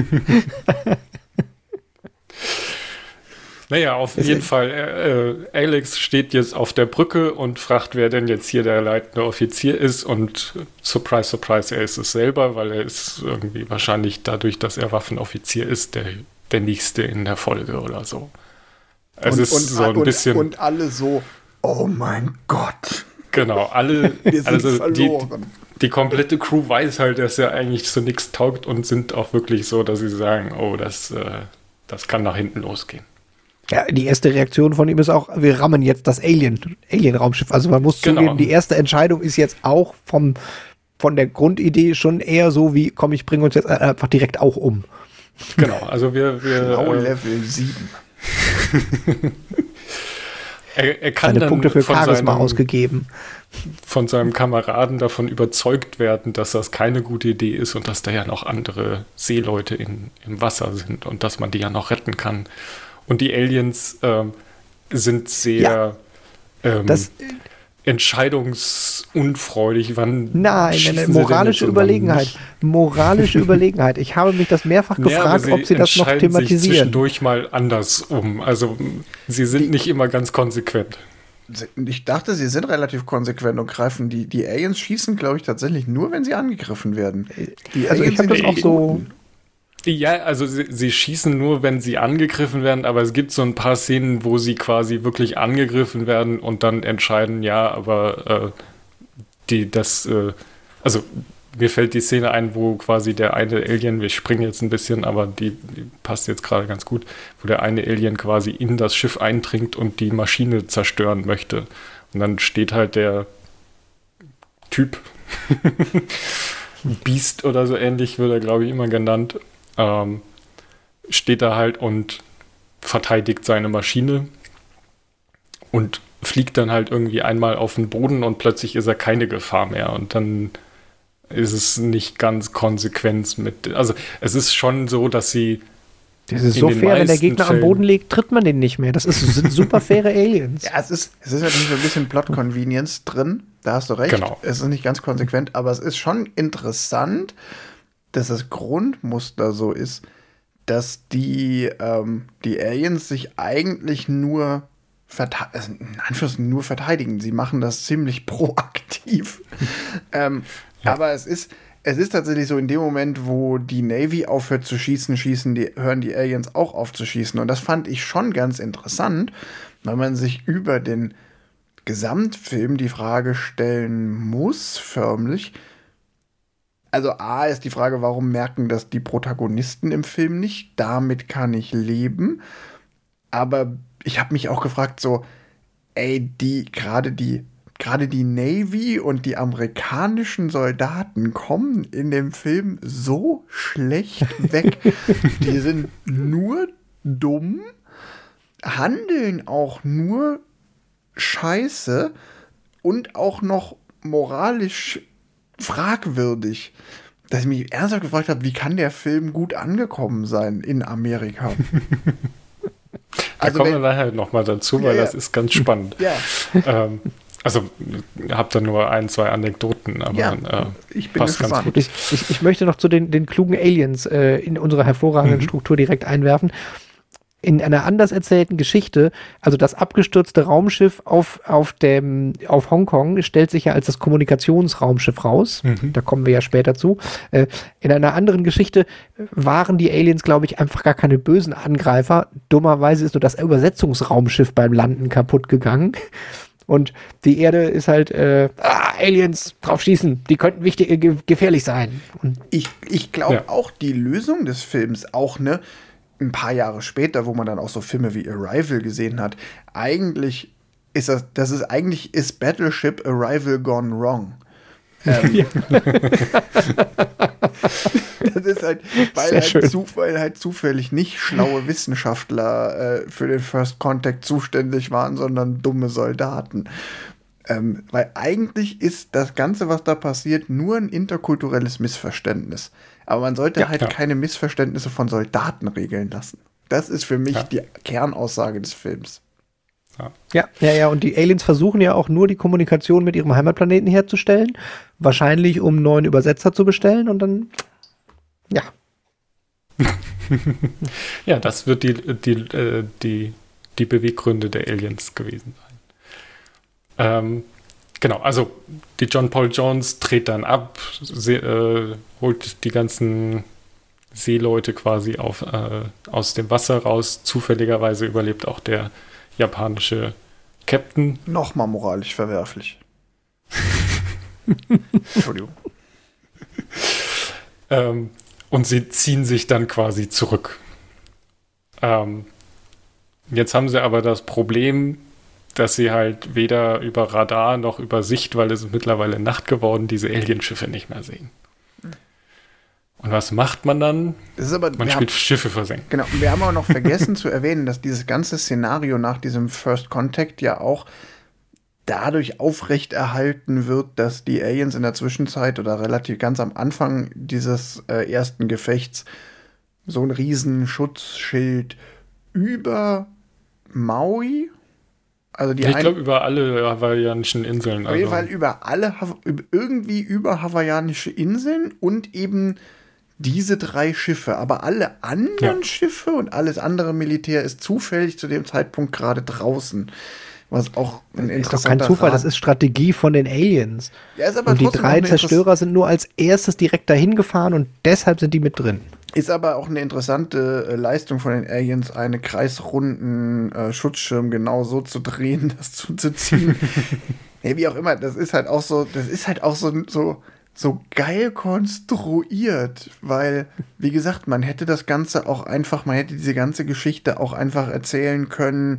Naja, auf jeden Fall, äh, Alex steht jetzt auf der Brücke und fragt, wer denn jetzt hier der leitende Offizier ist und surprise, surprise, er ist es selber, weil er ist irgendwie wahrscheinlich dadurch, dass er Waffenoffizier ist, der, der nächste in der Folge oder so. Es und, ist und, so ein und, bisschen... Und alle so, oh mein Gott. Genau, alle... Wir sind also verloren. Die, die komplette Crew weiß halt, dass er eigentlich zu nichts taugt und sind auch wirklich so, dass sie sagen, oh, das, äh, das kann nach hinten losgehen. Ja, die erste Reaktion von ihm ist auch, wir rammen jetzt das Alien, Alien-Raumschiff. Also man muss Genau. zugeben, die erste Entscheidung ist jetzt auch vom, von der Grundidee schon eher so wie, komm, ich bringe uns jetzt einfach direkt auch um. Genau, also wir... wir Genau äh, Level sieben. er, er kann Seine dann Punkte für von Charisma seinem, ausgegeben. von seinem Kameraden davon überzeugt werden, dass das keine gute Idee ist und dass da ja noch andere Seeleute in, im Wasser sind und dass man die ja noch retten kann. Und die Aliens ähm, sind sehr Ja, ähm, das- entscheidungsunfreudig. Wann Nein, schießen eine sie denn moralische jetzt und wann Überlegenheit. nicht? Moralische Überlegenheit. Ich habe mich das mehrfach Ja, gefragt, aber ob sie das noch entscheiden sich thematisieren. zwischendurch mal anders um. Also sie sind nicht immer ganz konsequent. Ich dachte, sie sind relativ konsequent und greifen die, die Aliens schießen, glaube ich, tatsächlich nur, wenn sie angegriffen werden. Die Also ich Aliens habe das sind auch die so... Guten. Ja, also sie, sie schießen nur, wenn sie angegriffen werden, aber es gibt so ein paar Szenen, wo sie quasi wirklich angegriffen werden und dann entscheiden, ja, aber äh, die, das, äh, also mir fällt die Szene ein, wo quasi der eine Alien, wir springen jetzt ein bisschen, aber die, die passt jetzt gerade ganz gut, wo der eine Alien quasi in das Schiff eindringt und die Maschine zerstören möchte. Und dann steht halt der Typ, Beast oder so ähnlich wird er, glaube ich, immer genannt, ähm, steht da halt und verteidigt seine Maschine und fliegt dann halt irgendwie einmal auf den Boden und plötzlich ist er keine Gefahr mehr und dann ist es nicht ganz konsequent mit, also es ist schon so, dass sie Das ist in so den fair, wenn der meisten Gegner am Fällen- Boden liegt, tritt man den nicht mehr. Das ist, sind super faire Aliens. Ja, es ist, es ist natürlich so ein bisschen Plot-Convenience drin. Da hast du recht. Genau. Es ist nicht ganz konsequent, aber es ist schon interessant, dass das Grundmuster so ist, dass die, ähm, die Aliens sich eigentlich nur, verte- also in Anführungszeichen nur verteidigen. Sie machen das ziemlich proaktiv. ähm, Ja. Aber es ist, es ist tatsächlich so, in dem Moment, wo die Navy aufhört zu schießen, schießen die, hören die Aliens auch auf zu schießen. Und das fand ich schon ganz interessant, weil man sich über den Gesamtfilm die Frage stellen muss, förmlich. Also A ist die Frage, warum merken das die Protagonisten im Film nicht? Damit kann ich leben. Aber ich habe mich auch gefragt, so, ey, die, gerade die, gerade die Navy und die amerikanischen Soldaten kommen in dem Film so schlecht weg. Die sind nur dumm, handeln auch nur scheiße und auch noch moralisch fragwürdig, dass ich mich ernsthaft gefragt habe, wie kann der Film gut angekommen sein in Amerika? Da Also kommen wir wenn- nachher nochmal dazu, weil Ja, ja. das ist ganz spannend. Ja, ähm, also, ihr habt da nur ein, zwei Anekdoten, aber Ja, äh, ich bin passt ganz gespannt. gut. Ich, ich, ich möchte noch zu den, den klugen Aliens äh, in unserer hervorragenden Mhm. Struktur direkt einwerfen. In einer anders erzählten Geschichte, also das abgestürzte Raumschiff auf, auf, dem, auf Hongkong stellt sich ja als das Kommunikationsraumschiff raus. Mhm. Da kommen wir ja später zu. Äh, in einer anderen Geschichte waren die Aliens, glaube ich, einfach gar keine bösen Angreifer. Dummerweise ist nur das Übersetzungsraumschiff beim Landen kaputt gegangen. Und die Erde ist halt, äh, ah, Aliens, drauf schießen, die könnten wichtig, äh, ge- gefährlich sein. Und Ich, ich glaube Ja. auch die Lösung des Films, auch ne, ein paar Jahre später, wo man dann auch so Filme wie Arrival gesehen hat, eigentlich ist das, das ist eigentlich ist Battleship Arrival gone wrong. Ähm, das ist halt, weil Sehr halt, schön. zu, weil halt zufällig nicht schlaue Wissenschaftler äh, für den First Contact zuständig waren, sondern dumme Soldaten. Ähm, weil eigentlich ist das Ganze, was da passiert, nur ein interkulturelles Missverständnis. Aber man sollte Ja, halt ja. keine Missverständnisse von Soldaten regeln lassen. Das ist für mich Ja. die Kernaussage des Films. Ja. ja, ja, ja. Und die Aliens versuchen ja auch nur die Kommunikation mit ihrem Heimatplaneten herzustellen. Wahrscheinlich, um einen neuen Übersetzer zu bestellen. Und dann, ja. Ja, das wird die, die, äh, die, die Beweggründe der Aliens gewesen sein. Ähm, genau, also die John Paul Jones dreht dann ab, se- äh, holt die ganzen Seeleute quasi auf, äh, aus dem Wasser raus. Zufälligerweise überlebt auch der japanische Captain. Nochmal moralisch verwerflich. Entschuldigung. Ähm, und sie ziehen sich dann quasi zurück. Ähm, jetzt haben sie aber das Problem, dass sie halt weder über Radar noch über Sicht, weil es ist mittlerweile Nacht geworden, diese Alienschiffe nicht mehr sehen. Und was macht man dann? Das ist aber, Man wir spielt haben, Schiffe versenken. genau, wir haben auch noch vergessen zu erwähnen, dass dieses ganze Szenario nach diesem First Contact ja auch dadurch aufrechterhalten wird, dass die Aliens in der Zwischenzeit oder relativ ganz am Anfang dieses äh, ersten Gefechts so ein riesen Schutzschild über Maui, also die Ich ein- glaube, über alle hawaiianischen Inseln. auf jeden Also, Fall über alle, Haw- über- irgendwie über hawaiianische Inseln und eben diese drei Schiffe. Aber alle anderen Ja. Schiffe und alles andere Militär ist zufällig zu dem Zeitpunkt gerade draußen. Was auch ein Ist doch kein interessanter Zufall, Rat- das ist Strategie von den Aliens. Ja, ist aber Und die trotzdem auch drei eine Interess- Zerstörer sind nur als erstes direkt dahin gefahren und deshalb sind die mit drin. Ist aber auch eine interessante äh, Leistung von den Aliens, einen kreisrunden äh, Schutzschirm genau so zu drehen, das zuzuziehen. Ja, wie auch immer, das ist halt auch so, das ist halt auch so, so, so geil konstruiert, weil, wie gesagt, man hätte das Ganze auch einfach, man hätte diese ganze Geschichte auch einfach erzählen können,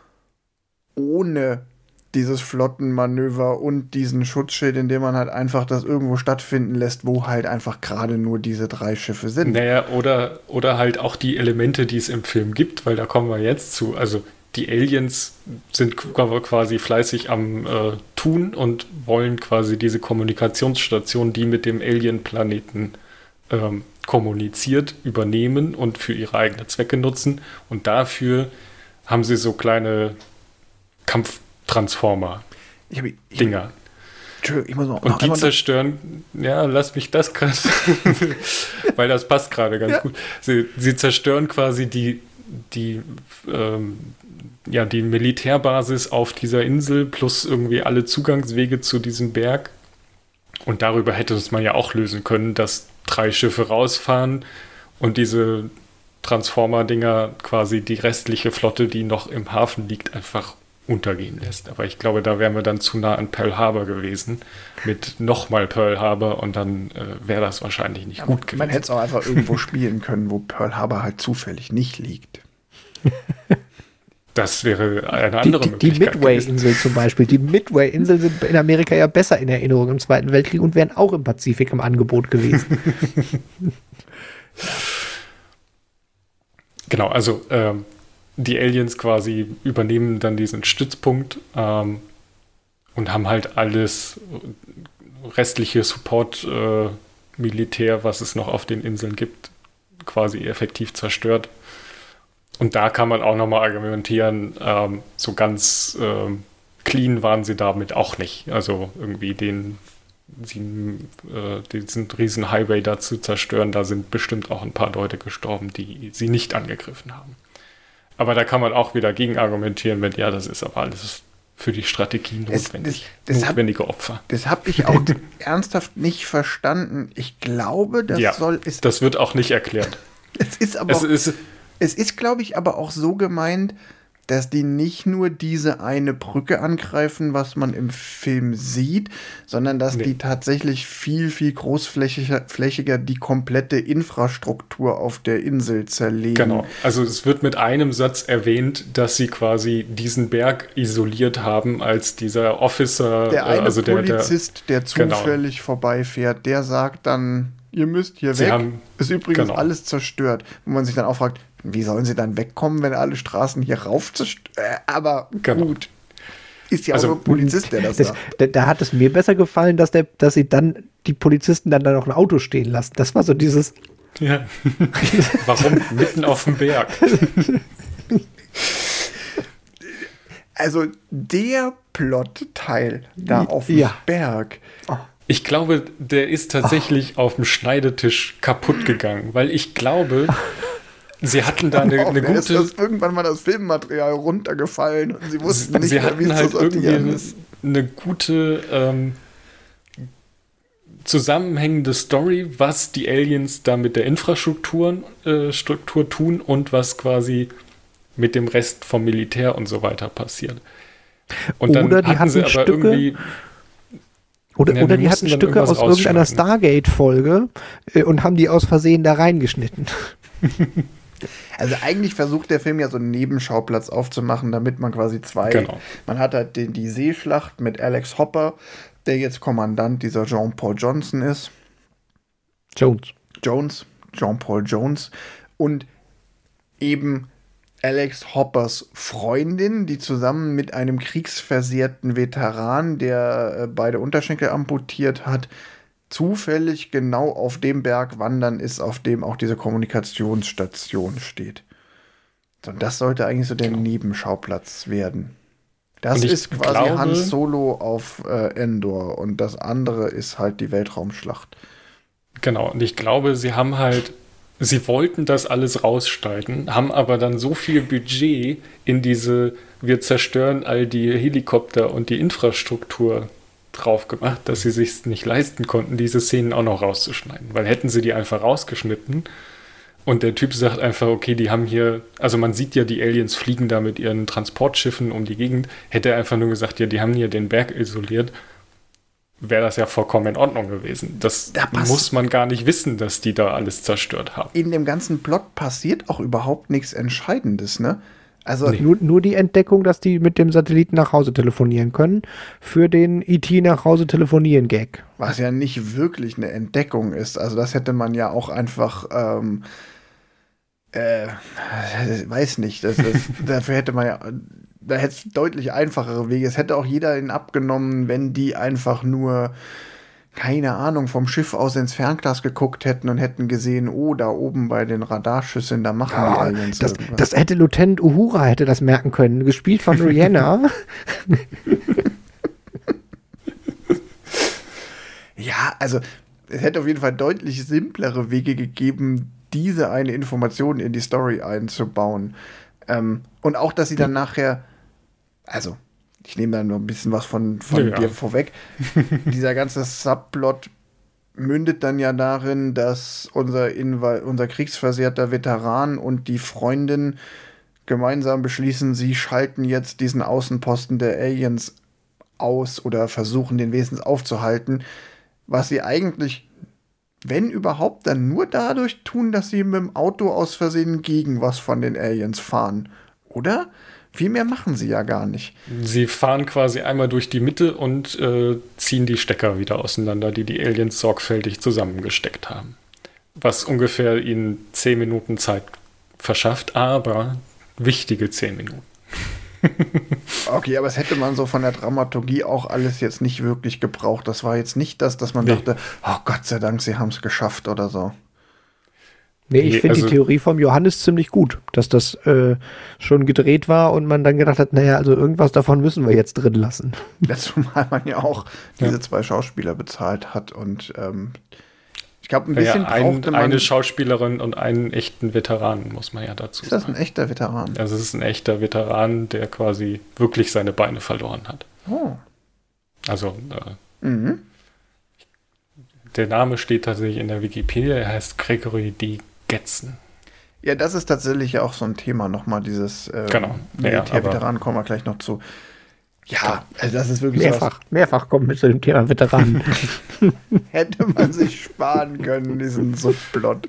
ohne dieses Flottenmanöver und diesen Schutzschild, indem man halt einfach das irgendwo stattfinden lässt, wo halt einfach gerade nur diese drei Schiffe sind. naja, oder, oder halt auch die Elemente, die es im Film gibt, weil da kommen wir jetzt zu. Also die Aliens sind qu- quasi fleißig am äh, Tun und wollen quasi diese Kommunikationsstation, die mit dem Alien-Planeten ähm, kommuniziert, übernehmen und für ihre eigenen Zwecke nutzen. Und dafür haben sie so kleine Kampftransformer-Dinger. Ich, hab, ich, Entschuldigung, ich muss noch, noch Und die einmal- zerstören, ja, lass mich das gerade, weil das passt gerade ganz Ja. gut. Sie, sie zerstören quasi die, die, ähm, ja, die Militärbasis auf dieser Insel plus irgendwie alle Zugangswege zu diesem Berg. Und darüber hätte es man ja auch lösen können, dass drei Schiffe rausfahren und diese Transformer-Dinger quasi die restliche Flotte, die noch im Hafen liegt, einfach untergehen lässt. Aber ich glaube, da wären wir dann zu nah an Pearl Harbor gewesen mit nochmal Pearl Harbor und dann äh, wäre das wahrscheinlich nicht Ja, gut gewesen. man hätte es auch einfach irgendwo spielen können, wo Pearl Harbor halt zufällig nicht liegt. Das wäre eine Die, andere die, die Möglichkeit gewesen. Midway-Insel zum Beispiel. Die Midway-Inseln sind in Amerika ja besser in Erinnerung im Zweiten Weltkrieg und wären auch im Pazifik im Angebot gewesen. Genau, also ähm, die Aliens quasi übernehmen dann diesen Stützpunkt ähm, und haben halt alles restliche Support-Militär, äh, was es noch auf den Inseln gibt, quasi effektiv zerstört. Und da kann man auch nochmal argumentieren, ähm, so ganz ähm, clean waren sie damit auch nicht. Also irgendwie den, sie, äh, diesen riesen Highway da zu zerstören, da sind bestimmt auch ein paar Leute gestorben, die sie nicht angegriffen haben. Aber da kann man auch wieder gegen argumentieren mit, ja, das ist aber alles für die Strategie Es- notwendig, das- das hab- notwendige Opfer. Das habe ich auch ernsthaft nicht verstanden. Ich glaube, das ja, soll. Es, das wird auch nicht erklärt. es ist aber Es auch, ist, es ist, glaube ich, aber auch so gemeint, dass die nicht nur diese eine Brücke angreifen, was man im Film sieht, sondern dass Nee. die tatsächlich viel, viel großflächiger flächiger die komplette Infrastruktur auf der Insel zerlegen. Genau, also es wird mit einem Satz erwähnt, dass sie quasi diesen Berg isoliert haben, als dieser Officer, Der eine äh, also der, der, Polizist, der, genau. zufällig vorbeifährt, der sagt dann, ihr müsst hier Sie weg. haben- Ist übrigens genau. alles zerstört. Wo man sich dann auch fragt, wie sollen sie dann wegkommen, wenn alle Straßen hier rauf zerstört? Äh, aber Genau. gut. Ist ja Also, auch nur ein Polizist, der das, Das, sagt. da, da hat es mir besser gefallen, dass, der, dass sie dann die Polizisten dann da noch ein Auto stehen lassen. Das war so dieses, ja. Warum mitten auf dem Berg? Also der Plotteil da auf dem Ja. Berg. Oh. Ich glaube, der ist tatsächlich auf dem Schneidetisch kaputt gegangen, weil ich glaube, sie hatten da eine, Auch, eine mir ist gute... das irgendwann mal das Filmmaterial runtergefallen und sie wussten nicht sie mehr, wie hatten es halt zu irgendwie sortieren eine, ist. eine gute ähm, zusammenhängende Story, was die Aliens da mit der Infrastruktur äh, Struktur tun und was quasi mit dem Rest vom Militär und so weiter passiert. Und dann Oder die hatten sie hatten aber Stücke- irgendwie... Oder, Ja, oder die die mussten hatten dann Stücke irgendwas aus irgendeiner rausschneiden. Stargate-Folge äh, und haben die aus Versehen da reingeschnitten. Also eigentlich versucht der Film ja so einen Nebenschauplatz aufzumachen, damit man quasi zwei... Genau. Man hat halt den, die Seeschlacht mit Alex Hopper, der jetzt Kommandant dieser Jean-Paul Johnson ist. Jones. Jones, Jean-Paul Jones. Und eben Alex Hoppers Freundin, die zusammen mit einem kriegsversehrten Veteran, der äh, beide Unterschenkel amputiert hat, zufällig genau auf dem Berg wandern ist, auf dem auch diese Kommunikationsstation steht. So, und das sollte eigentlich so der Genau. Nebenschauplatz werden. Das Und ich ist quasi glaube- Hans Solo auf äh, Endor und das andere ist halt die Weltraumschlacht. Genau, und ich glaube, sie haben halt, sie wollten das alles rausschneiden, haben aber dann so viel Budget in diese, wir zerstören all die Helikopter und die Infrastruktur drauf gemacht, dass sie sich nicht leisten konnten, diese Szenen auch noch rauszuschneiden. Weil hätten sie die einfach rausgeschnitten und der Typ sagt einfach, okay, die haben hier, also man sieht ja, die Aliens fliegen da mit ihren Transportschiffen um die Gegend, hätte er einfach nur gesagt, ja, die haben hier den Berg isoliert, wäre das ja vollkommen in Ordnung gewesen. Das Da passt- muss man gar nicht wissen, dass die da alles zerstört haben. In dem ganzen Plot passiert auch überhaupt nichts Entscheidendes, ne? Also, Nee. Nur, nur die Entdeckung, dass die mit dem Satelliten nach Hause telefonieren können, für den E T nach Hause telefonieren Gag. was ja nicht wirklich eine Entdeckung ist. Also, das hätte man ja auch einfach, ähm, äh, weiß nicht, das ist, dafür hätte man ja, da hätte es deutlich einfachere Wege. Es hätte auch jeder ihn abgenommen, wenn die einfach nur, keine Ahnung, vom Schiff aus ins Fernglas geguckt hätten und hätten gesehen, oh, da oben bei den Radarschüsseln, da machen die Aliens Das, irgendwas. das hätte Lieutenant Uhura hätte das merken können, gespielt von Rihanna. Ja, also es hätte auf jeden Fall deutlich simplere Wege gegeben, diese eine Information in die Story einzubauen. Ähm, und auch, dass sie dann nachher, also ich nehme da nur ein bisschen was von, von Ja. dir vorweg, dieser ganze Subplot mündet dann ja darin, dass unser, Inval unser kriegsversehrter Veteran und die Freundin gemeinsam beschließen, sie schalten jetzt diesen Außenposten der Aliens aus oder versuchen, den Wesens aufzuhalten, was sie eigentlich, wenn überhaupt, dann nur dadurch tun, dass sie mit dem Auto aus Versehen gegen was von den Aliens fahren. Oder? Viel mehr machen sie ja gar nicht. Sie fahren quasi einmal durch die Mitte und äh, ziehen die Stecker wieder auseinander, die die Aliens sorgfältig zusammengesteckt haben. Was ungefähr ihnen zehn Minuten Zeit verschafft, aber wichtige zehn Minuten. Okay, aber es hätte man so von der Dramaturgie auch alles jetzt nicht wirklich gebraucht. Das war jetzt nicht das, dass man Nee. dachte, oh Gott sei Dank, sie haben es geschafft oder so. Nee, ich Nee, finde also- die Theorie vom Johannes ziemlich gut, dass das äh, schon gedreht war und man dann gedacht hat, naja, also irgendwas davon müssen wir jetzt drin lassen. Zumal man ja auch Ja. diese zwei Schauspieler bezahlt hat und ähm, ich glaube, ein Ja, bisschen ein, brauchte man. eine Schauspielerin und einen echten Veteranen, muss man ja dazu Ist das ein sagen. echter Veteran? Also es ist ein echter Veteran, der quasi wirklich seine Beine verloren hat. Oh. Also äh, Mhm. der Name steht tatsächlich in der Wikipedia, er heißt Gregory D. Getzen. Ja, das ist tatsächlich ja auch so ein Thema nochmal, dieses äh, Genau. Ja, Militärveteranen, kommen wir gleich noch zu. Ja, also das ist wirklich Mehrfach, mehrfach kommt mit zu dem Thema Veteranen. sowas, hätte man sich sparen können, diesen Subplot.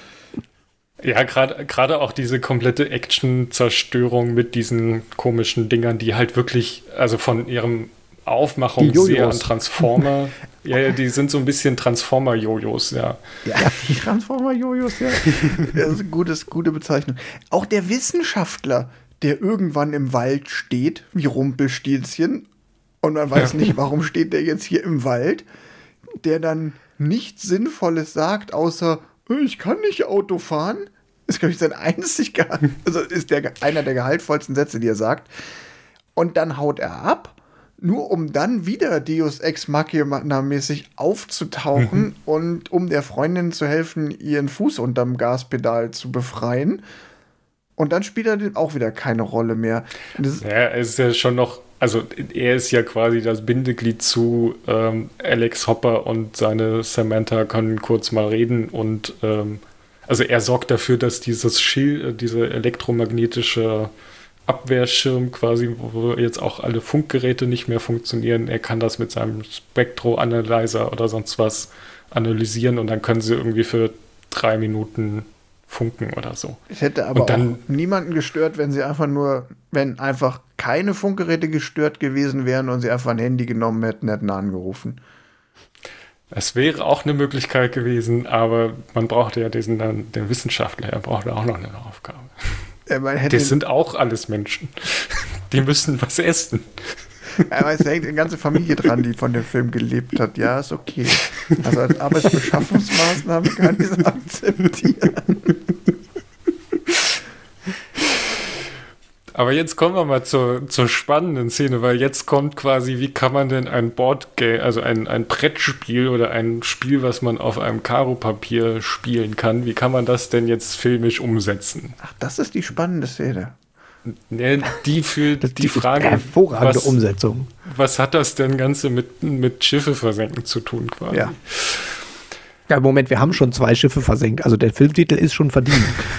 Ja, gerade gerade auch diese komplette Action-Zerstörung mit diesen komischen Dingern, die halt wirklich, also von ihrem Aufmachung Die Jojos. sehr an Transformer, ja, ja, die sind so ein bisschen Transformer-Jojos, ja. Ja, die Transformer-Jojos, ja. Das ist eine gutes, gute Bezeichnung. Auch der Wissenschaftler, der irgendwann im Wald steht, wie Rumpelstilzchen, und man weiß Ja. nicht, warum steht der jetzt hier im Wald, der dann nichts Sinnvolles sagt, außer, ich kann nicht Auto fahren. Ist, glaube ich, sein einziger, also ist der einer der gehaltvollsten Sätze, die er sagt. und dann haut er ab, nur um dann wieder Deus Ex Machina-mäßig aufzutauchen mhm. und um der Freundin zu helfen, ihren Fuß unterm Gaspedal zu befreien. Und dann spielt er auch wieder keine Rolle mehr. Das ja, er ist ja schon noch, also er ist ja quasi das Bindeglied zu ähm, Alex Hopper und seine Samantha können kurz mal reden und ähm, also er sorgt dafür, dass dieses Schild, diese elektromagnetische Abwehrschirm quasi, wo jetzt auch alle Funkgeräte nicht mehr funktionieren, er kann das mit seinem Spectro-Analyzer oder sonst was analysieren und dann können sie irgendwie für drei Minuten funken oder so. Es hätte aber und dann, auch niemanden gestört, wenn sie einfach nur, wenn einfach keine Funkgeräte gestört gewesen wären und sie einfach ein Handy genommen hätten, hätten angerufen. Es wäre auch eine Möglichkeit gewesen, aber man brauchte ja diesen dann, den Wissenschaftler, er brauchte auch noch eine Aufgabe. Ja, man hätte das sind auch alles Menschen. Die müssen was essen. Ja, es hängt eine ganze Familie dran, die von dem Film gelebt hat. Ja, ist okay. Also als Arbeitsbeschaffungsmaßnahme kann ich es akzeptieren. Aber jetzt kommen wir mal zur, zur spannenden Szene, weil jetzt kommt quasi, wie kann man denn ein Boardgame, also ein, ein Brettspiel oder ein Spiel, was man auf einem Karo-Papier spielen kann, wie kann man das denn jetzt filmisch umsetzen? Ach, das ist die spannende Szene. Ne, die für die, die Frage, hervorragende was, Umsetzung. Was hat das denn Ganze mit, mit Schiffe versenken zu tun quasi? Ja. Ja, Moment, wir haben schon zwei Schiffe versenkt. Also der Filmtitel ist schon verdient.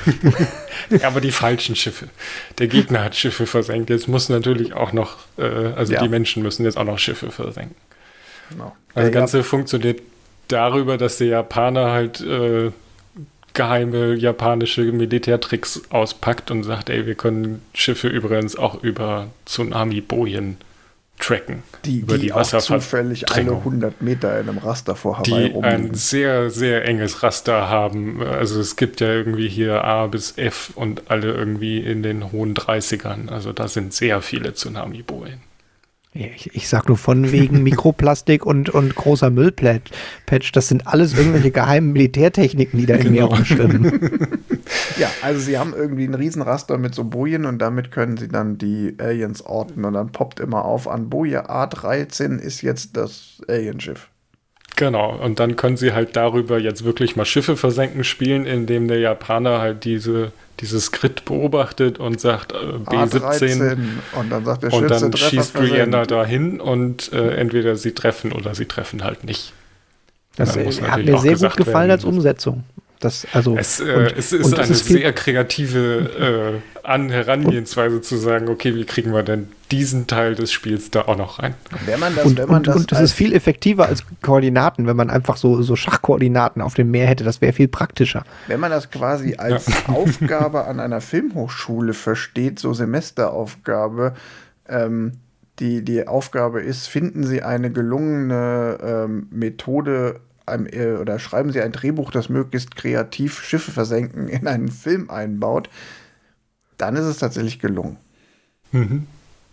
Ja, aber die falschen Schiffe. Der Gegner hat Schiffe versenkt. Jetzt muss natürlich auch noch, äh, also ja. die Menschen müssen jetzt auch noch Schiffe versenken. Genau. Also das Ganze ja. funktioniert darüber, dass der Japaner halt äh, geheime japanische Militärtricks auspackt und sagt, ey, wir können Schiffe übrigens auch über Tsunami-Bojen tracken. Die, über die, die auch zufällig alle hundert Meter in einem Raster vor Hawaii die rumliegen. Ein sehr, sehr enges Raster haben. Also es gibt ja irgendwie hier A bis F und alle irgendwie in den hohen dreißigern. Also da sind sehr viele Tsunami-Bojen. Ja, ich, ich sag nur von wegen Mikroplastik und, und großer Müllpatch. Das sind alles irgendwelche geheimen Militärtechniken, die da im Meer rumschwimmen. Ja, also sie haben irgendwie einen Riesenraster mit so Bojen und damit können sie dann die Aliens orten. Und dann poppt immer auf, an Boje A dreizehn ist jetzt das Alienschiff. Genau, und dann können sie halt darüber jetzt wirklich mal Schiffe versenken spielen, indem der Japaner halt diese, dieses Grid beobachtet und sagt äh, B siebzehn. A dreizehn. Und dann sagt der Und Schütze, dann Treffer schießt Rihanna dahin und äh, entweder sie treffen oder sie treffen halt nicht. Das hat mir sehr gut gefallen werden, als Umsetzung. Das, also, es, äh, es ist eine ist sehr kreative äh, An- Herangehensweise zu sagen, okay, wie kriegen wir denn diesen Teil des Spiels da auch noch rein? Wenn man das, und, wenn man und, das und das ist viel effektiver als Koordinaten, wenn man einfach so, so Schachkoordinaten auf dem Meer hätte, das wäre viel praktischer. Wenn man das quasi als ja. Aufgabe an einer Filmhochschule versteht, so Semesteraufgabe, ähm, die, die Aufgabe ist, finden Sie eine gelungene ähm, Methode oder schreiben Sie ein Drehbuch, das möglichst kreativ Schiffe versenken in einen Film einbaut, dann ist es tatsächlich gelungen. Mhm.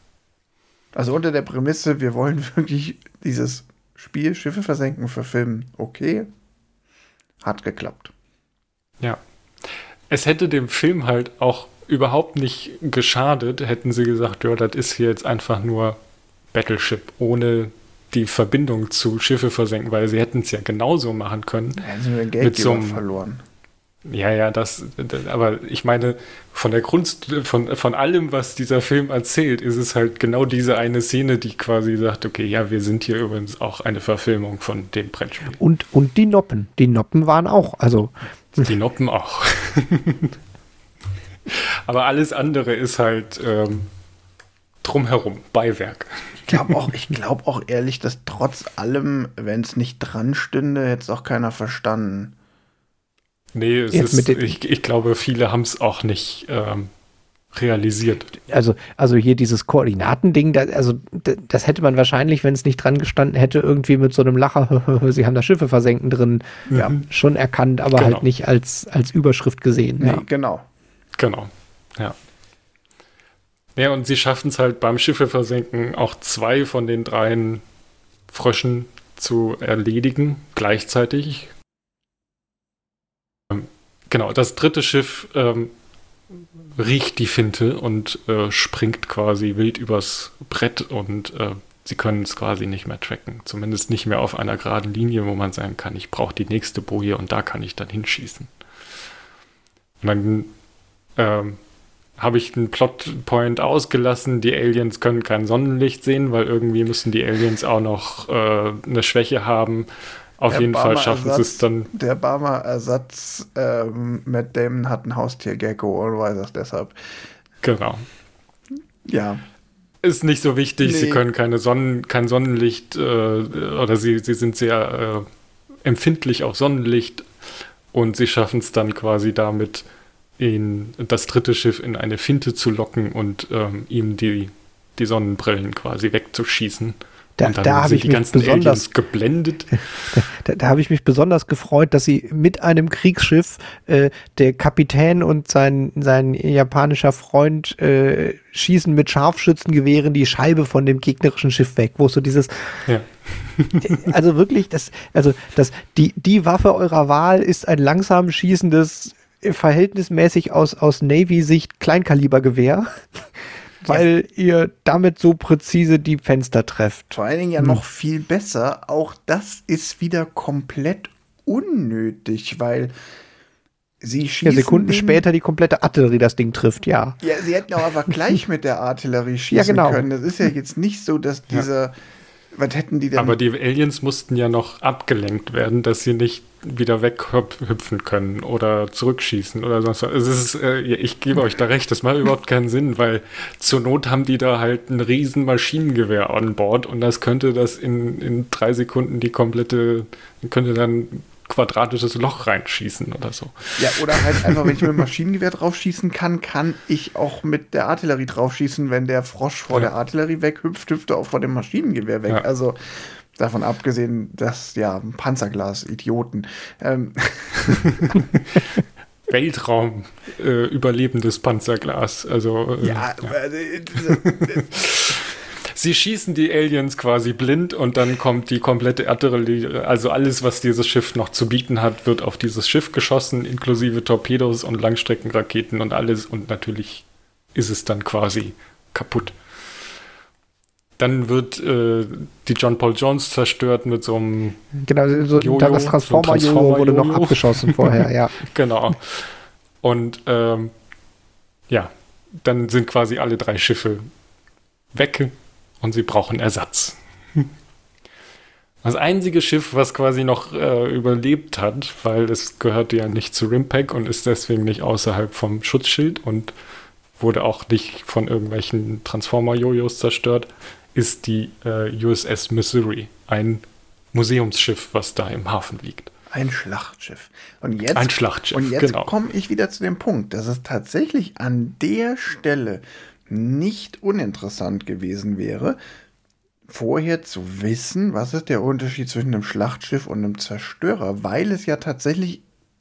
Also unter der Prämisse, wir wollen wirklich dieses Spiel Schiffe versenken verfilmen, okay, hat geklappt. Ja. Es hätte dem Film halt auch überhaupt nicht geschadet, hätten sie gesagt, ja, das ist hier jetzt einfach nur Battleship ohne die Verbindung zu Schiffe versenken, weil sie hätten es ja genauso machen können. Da hätten sie den Geldgeber so verloren. Ja, ja, das, das, aber ich meine, von der Grund, von, von allem, was dieser Film erzählt, ist es halt genau diese eine Szene, die quasi sagt, okay, ja, wir sind hier übrigens auch eine Verfilmung von dem Brettspiel. Und, und die Noppen. Die Noppen waren auch, also. Die Noppen auch. Aber alles andere ist halt ähm, drumherum, Beiwerk. Ich glaube auch, ich glaube auch ehrlich, dass trotz allem, wenn es nicht dran stünde, hätte es auch keiner verstanden. Nee, es ist, ich, ich glaube, viele haben es auch nicht ähm, realisiert. Also, also hier dieses Koordinatending, da, also das hätte man wahrscheinlich, wenn es nicht dran gestanden hätte, irgendwie mit so einem Lacher, sie haben da Schiffe versenken drin, mhm. ja, schon erkannt, aber genau. halt nicht als, als Überschrift gesehen. Nee, ja. genau. Genau, ja. Ja, und sie schaffen es halt beim Schiffe versenken, auch zwei von den dreien Fröschen zu erledigen, gleichzeitig. Ähm, genau, das dritte Schiff ähm, riecht die Finte und äh, springt quasi wild übers Brett und äh, sie können es quasi nicht mehr tracken. Zumindest nicht mehr auf einer geraden Linie, wo man sagen kann, ich brauche die nächste Boje und da kann ich dann hinschießen. Und dann ähm, habe ich einen Plotpoint ausgelassen, die Aliens können kein Sonnenlicht sehen, weil irgendwie müssen die Aliens auch noch äh, eine Schwäche haben. Auf Der jeden Fall Barmer schaffen Ersatz, sie es dann. Der Barmer-Ersatz, ähm, Matt Damon hat ein Haustier-Gecko und weiß es deshalb. Genau. Ja. Ist nicht so wichtig, Nee. sie können keine Sonnen, kein Sonnenlicht äh, oder sie, sie sind sehr äh, empfindlich auf Sonnenlicht und sie schaffen es dann quasi damit, ihn, das dritte Schiff in eine Finte zu locken und ähm, ihm die, die Sonnenbrillen quasi wegzuschießen. Da, und dann da habe sind ich die mich ganzen besonders Aliens geblendet. Da, da habe ich mich besonders gefreut, dass sie mit einem Kriegsschiff äh, der Kapitän und sein, sein japanischer Freund äh, schießen mit Scharfschützengewehren die Scheibe von dem gegnerischen Schiff weg, wo so dieses Ja. also wirklich, das, also das, die, die Waffe eurer Wahl ist ein langsam schießendes, verhältnismäßig aus, aus Navy-Sicht Kleinkalibergewehr, weil ihr damit so präzise die Fenster trefft. Vor allen Dingen ja noch viel besser, auch das ist wieder komplett unnötig, weil sie schießen. Ja, Sekunden den, später die komplette Artillerie das Ding trifft, ja. Ja, sie hätten auch einfach gleich mit der Artillerie schießen Ja, genau. können. Das ist ja jetzt nicht so, dass diese. Was hätten die denn? Aber die Aliens mussten ja noch abgelenkt werden, dass sie nicht wieder weghüpfen können oder zurückschießen oder sonst was. Es ist, äh, ich gebe euch da recht, das macht überhaupt keinen Sinn, weil zur Not haben die da halt ein riesen Maschinengewehr an Bord und das könnte das in, in drei Sekunden die komplette, könnte dann quadratisches Loch reinschießen oder so. Ja, oder halt einfach, wenn ich mit dem Maschinengewehr draufschießen kann, kann ich auch mit der Artillerie draufschießen. Wenn der Frosch vor Ja. der Artillerie weghüpft, hüpft er auch vor dem Maschinengewehr weg. Ja. Also davon abgesehen, dass, ja, ein Panzerglas, Idioten. Ähm, Weltraum, äh, überlebendes Panzerglas. Also, äh, ja, ja. äh, Sie schießen die Aliens quasi blind und dann kommt die komplette Artillerie, also alles, was dieses Schiff noch zu bieten hat, wird auf dieses Schiff geschossen, inklusive Torpedos und Langstreckenraketen und alles. Und natürlich ist es dann quasi kaputt. Dann wird äh, die John Paul Jones zerstört mit so einem Genau, so, Jojo, das Transformer-Jojo so ein wurde noch Transformer-Jojo. abgeschossen vorher, ja. Genau. Und ähm, ja, dann sind quasi alle drei Schiffe weg und sie brauchen Ersatz. Das einzige Schiff, was quasi noch äh, überlebt hat, weil es gehörte ja nicht zu Rimpack und ist deswegen nicht außerhalb vom Schutzschild und wurde auch nicht von irgendwelchen Transformer-Jojos zerstört, ist die äh, U S S Missouri, ein Museumsschiff, was da im Hafen liegt. ein Schlachtschiff. Und jetzt, Ein Schlachtschiff, und jetzt genau. komme ich wieder zu dem Punkt, dass es tatsächlich an der Stelle nicht uninteressant gewesen wäre, vorher zu wissen, was ist der Unterschied zwischen einem Schlachtschiff und einem Zerstörer, weil es ja tatsächlich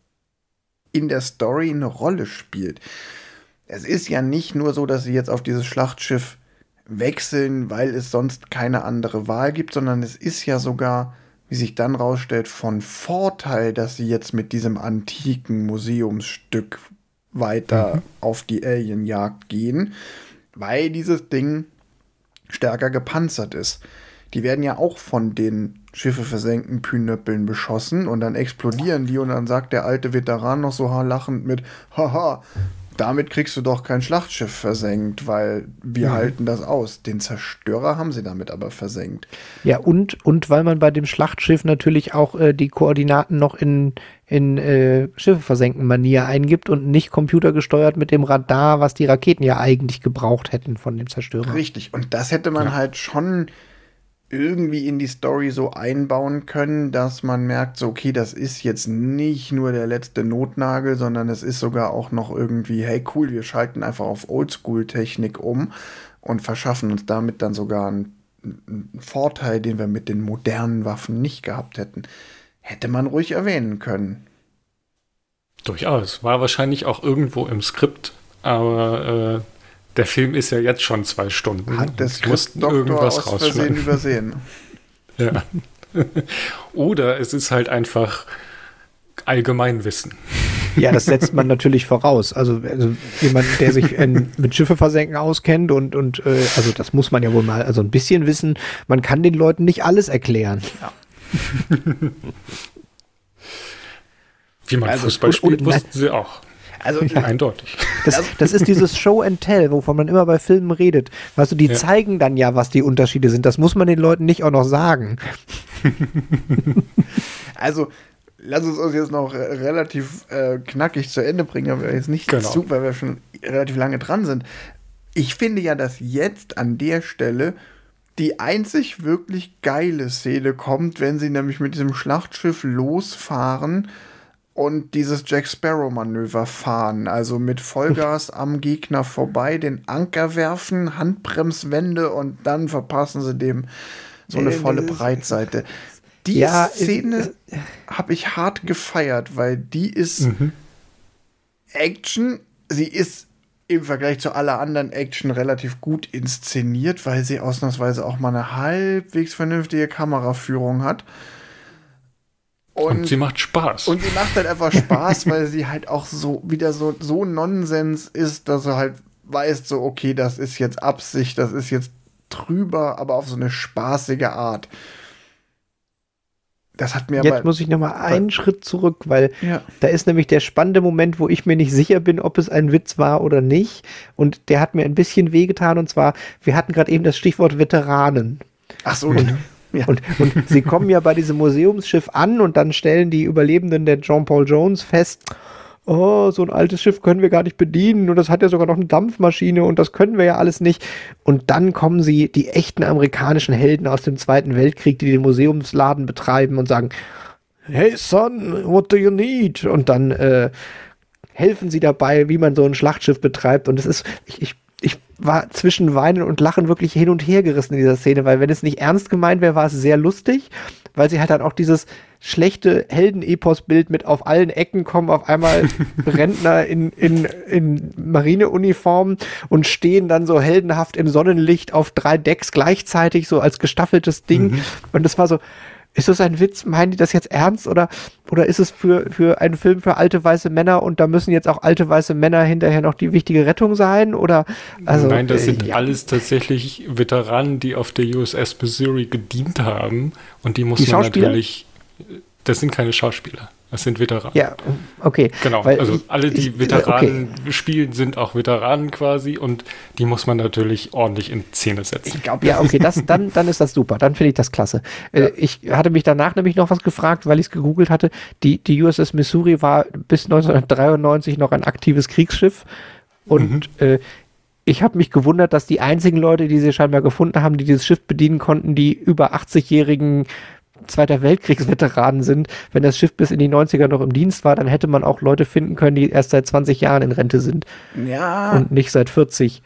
in der Story eine Rolle spielt. Es ist ja nicht nur so, dass sie jetzt auf dieses Schlachtschiff wechseln, weil es sonst keine andere Wahl gibt, sondern es ist ja sogar, wie sich dann rausstellt, von Vorteil, dass sie jetzt mit diesem antiken Museumsstück weiter mhm. auf die Alienjagd gehen, weil dieses Ding stärker gepanzert ist. Die werden ja auch von den Schiffe versenkten Pinöppeln beschossen und dann explodieren die und dann sagt der alte Veteran noch so lachend mit, haha, damit kriegst du doch kein Schlachtschiff versenkt, weil wir mhm. halten das aus. Den Zerstörer haben sie damit aber versenkt. Ja, und, und weil man bei dem Schlachtschiff natürlich auch äh, die Koordinaten noch in, in äh, Schiffe versenken Manier eingibt und nicht computergesteuert mit dem Radar, was die Raketen ja eigentlich gebraucht hätten von dem Zerstörer. Richtig, und das hätte man ja. halt schon irgendwie in die Story so einbauen können, dass man merkt, so okay, das ist jetzt nicht nur der letzte Notnagel, sondern es ist sogar auch noch irgendwie, hey cool, wir schalten einfach auf Oldschool-Technik um und verschaffen uns damit dann sogar einen, einen Vorteil, den wir mit den modernen Waffen nicht gehabt hätten. Hätte man ruhig erwähnen können. Durchaus. War wahrscheinlich auch irgendwo im Skript, aber äh der Film ist ja jetzt schon zwei Stunden. Hat der Skriptdoktor irgendwas aus Versehen übersehen. Ja. Oder es ist halt einfach Allgemeinwissen. Ja, das setzt man natürlich voraus. Also, also jemand, der sich in, mit Schiffe versenken auskennt und, und äh, also das muss man ja wohl mal, also ein bisschen wissen, man kann den Leuten nicht alles erklären. Ja. Wie man Also, Fußball und- spielt, und- wussten sie auch. Also, Ja. Eindeutig. Das, das ist dieses Show and Tell, wovon man immer bei Filmen redet. Weißt du, die Ja. zeigen dann ja, was die Unterschiede sind. Das muss man den Leuten nicht auch noch sagen. also lass uns uns jetzt noch äh, relativ äh, knackig zu Ende bringen, aber jetzt nicht Genau. zu, weil wir schon relativ lange dran sind. Ich finde ja, dass jetzt an der Stelle die einzig wirklich geile Szene kommt, wenn sie nämlich mit diesem Schlachtschiff losfahren und dieses Jack Sparrow-Manöver fahren. Also mit Vollgas am Gegner vorbei, den Anker werfen, Handbremswende und dann verpassen sie dem so eine Äh, volle das ist- Breitseite. Die Ja, Szene habe ich hart gefeiert, weil die ist Mhm. Action. Sie ist im Vergleich zu aller anderen Action relativ gut inszeniert, weil sie ausnahmsweise auch mal eine halbwegs vernünftige Kameraführung hat. Und, Und, sie macht Spaß. und sie macht halt einfach Spaß, weil sie halt auch so wieder so, so Nonsens ist, dass du halt weißt, so, okay, das ist jetzt Absicht, das ist jetzt drüber, aber auf so eine spaßige Art. Das hat mir Jetzt aber. muss ich noch mal einen Schritt zurück, weil Ja. da ist nämlich der spannende Moment, wo ich mir nicht sicher bin, ob es ein Witz war oder nicht. Und der hat mir ein bisschen wehgetan. Und zwar, wir hatten gerade eben das Stichwort Veteranen. Ach so, ja. Und, und sie kommen ja bei diesem Museumsschiff an und dann stellen die Überlebenden der John Paul Jones fest, oh, so ein altes Schiff können wir gar nicht bedienen und das hat ja sogar noch eine Dampfmaschine und das können wir ja alles nicht. Und dann kommen sie, die echten amerikanischen Helden aus dem Zweiten Weltkrieg, die den Museumsladen betreiben und sagen, hey son, what do you need? Und dann äh, helfen sie dabei, wie man so ein Schlachtschiff betreibt. Und es ist, ich, ich ich war zwischen Weinen und Lachen wirklich hin und her gerissen in dieser Szene, weil wenn es nicht ernst gemeint wäre, war es sehr lustig, weil sie halt dann auch dieses schlechte Helden-Epos-Bild mit auf allen Ecken kommen, auf einmal Rentner in, in, in Marineuniform und stehen dann so heldenhaft im Sonnenlicht auf drei Decks gleichzeitig, so als gestaffeltes Ding. Mhm. Und das war so, ist das ein Witz? Meinen die das jetzt ernst? Oder, oder ist es für, für einen Film für alte weiße Männer und da müssen jetzt auch alte weiße Männer hinterher noch die wichtige Rettung sein? Oder, also, Nein, das sind äh, ja. alles tatsächlich Veteranen, die auf der U S S Missouri gedient haben. Und die muss Die man Schauspieler? natürlich. Das sind keine Schauspieler. Das sind Veteranen. Ja, okay. Genau, Weil also ich, alle, die ich, Veteranen okay. spielen, sind auch Veteranen quasi und die muss man natürlich ordentlich in Szene setzen. Ich glaube, Ja, okay, das, dann, dann ist das super. Dann finde ich das klasse. Ja. Äh, ich hatte mich danach nämlich noch was gefragt, weil ich es gegoogelt hatte. Die, die U S S Missouri war bis neunzehnhundertdreiundneunzig noch ein aktives Kriegsschiff und Mhm. äh, ich habe mich gewundert, dass die einzigen Leute, die sie scheinbar gefunden haben, die dieses Schiff bedienen konnten, die über achtzig-jährigen Zweiter Weltkriegsveteranen sind. Wenn das Schiff bis in die neunziger noch im Dienst war, dann hätte man auch Leute finden können, die erst seit zwanzig Jahren in Rente sind ja, und nicht seit vierzig.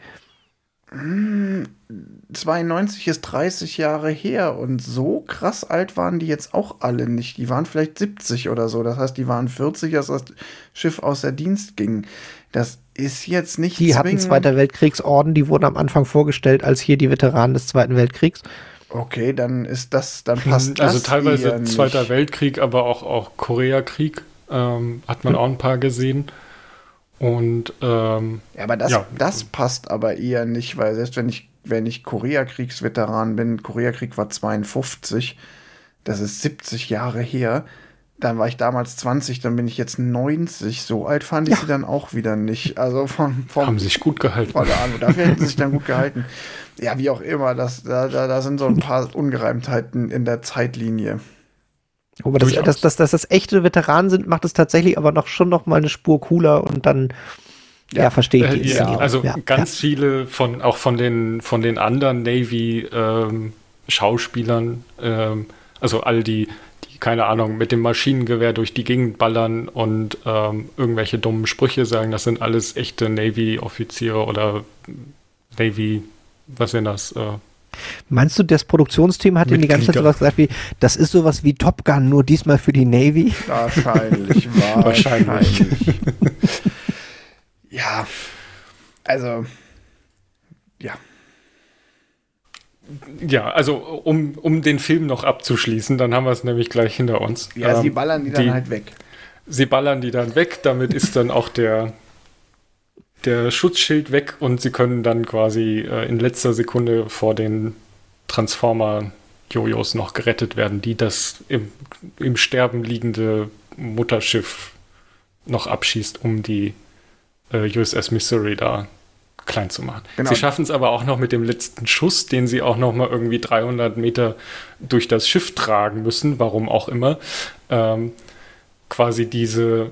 zweiundneunzig ist dreißig Jahre her und so krass alt waren die jetzt auch alle nicht. Die waren vielleicht siebzig oder so. Das heißt, die waren vierzig, als das Schiff außer Dienst ging. Das ist jetzt nicht Die hatten Zweiter Weltkriegsorden, die wurden am Anfang vorgestellt als hier die Veteranen des Zweiten Weltkriegs. Okay, dann ist das, dann passt das Also teilweise eher nicht. Zweiter Weltkrieg, aber auch, auch Koreakrieg ähm, hat man auch ein paar gesehen. Und ähm, Ja, aber das, Ja. das passt aber eher nicht, weil selbst wenn ich, wenn ich Koreakriegsveteran bin, Koreakrieg war zweiundfünfzig, das ist siebzig Jahre her, dann war ich damals zwanzig, dann bin ich jetzt neunzig. So alt fand ich Ja. sie dann auch wieder nicht. Also von, vom, haben sich gut gehalten. von der Ahnung, dafür hätten sie sich dann gut gehalten. Ja, wie auch immer, das, da, da, da sind so ein paar Ungereimtheiten in der Zeitlinie. Aber das, Durchaus. dass das, das, das echte Veteranen sind, macht es tatsächlich aber noch schon noch mal eine Spur cooler und dann ja, Ja. verstehe ich Äh, die ja, Inszenierung. also ja, ganz viele von auch von den von den anderen Navy ähm, Schauspielern, ähm, also all die, die keine Ahnung mit dem Maschinengewehr durch die Gegend ballern und ähm, irgendwelche dummen Sprüche sagen, das sind alles echte Navy Offiziere oder Navy, was sind das? Äh, Meinst du, das Produktionsteam hat ihnen die ganze Zeit Mitglieder. sowas gesagt wie, das ist sowas wie Top Gun, nur diesmal für die Navy? Wahrscheinlich, Wahrscheinlich. wahrscheinlich. Ja, also, ja. Ja, also um, um den Film noch abzuschließen, dann haben wir es nämlich gleich hinter uns. Ja, Ähm, sie ballern die dann die- halt weg. sie ballern die dann weg, damit ist dann auch der, der Schutzschild weg und sie können dann quasi äh, in letzter Sekunde vor den Transformer-Jojos noch gerettet werden, die das im, im Sterben liegende Mutterschiff noch abschießt, um die äh, U S S Missouri da klein zu machen. Genau. Sie schaffen es aber auch noch mit dem letzten Schuss, den sie auch noch mal irgendwie dreihundert Meter durch das Schiff tragen müssen, warum auch immer, ähm, quasi diese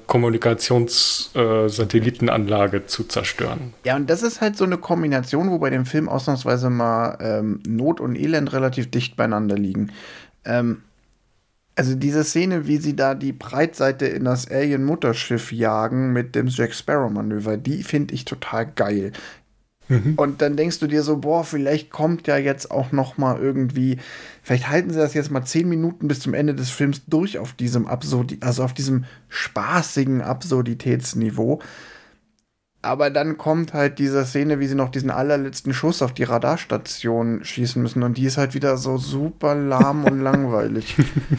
Kommunikations-Satellitenanlage äh, zu zerstören. Ja, und das ist halt so eine Kombination, wo bei dem Film ausnahmsweise mal ähm, Not und Elend relativ dicht beieinander liegen. Ähm, also diese Szene, wie sie da die Breitseite in das Alien-Mutterschiff jagen mit dem Jack Sparrow-Manöver, die finde ich total geil. Mhm. Und dann denkst du dir so, boah, vielleicht kommt ja jetzt auch noch mal irgendwie, vielleicht halten sie das jetzt mal zehn Minuten bis zum Ende des Films durch auf diesem Absurdi- also auf diesem spaßigen Absurditätsniveau. Aber dann kommt halt diese Szene, wie sie noch diesen allerletzten Schuss auf die Radarstation schießen müssen. Und die ist halt wieder so super lahm und langweilig.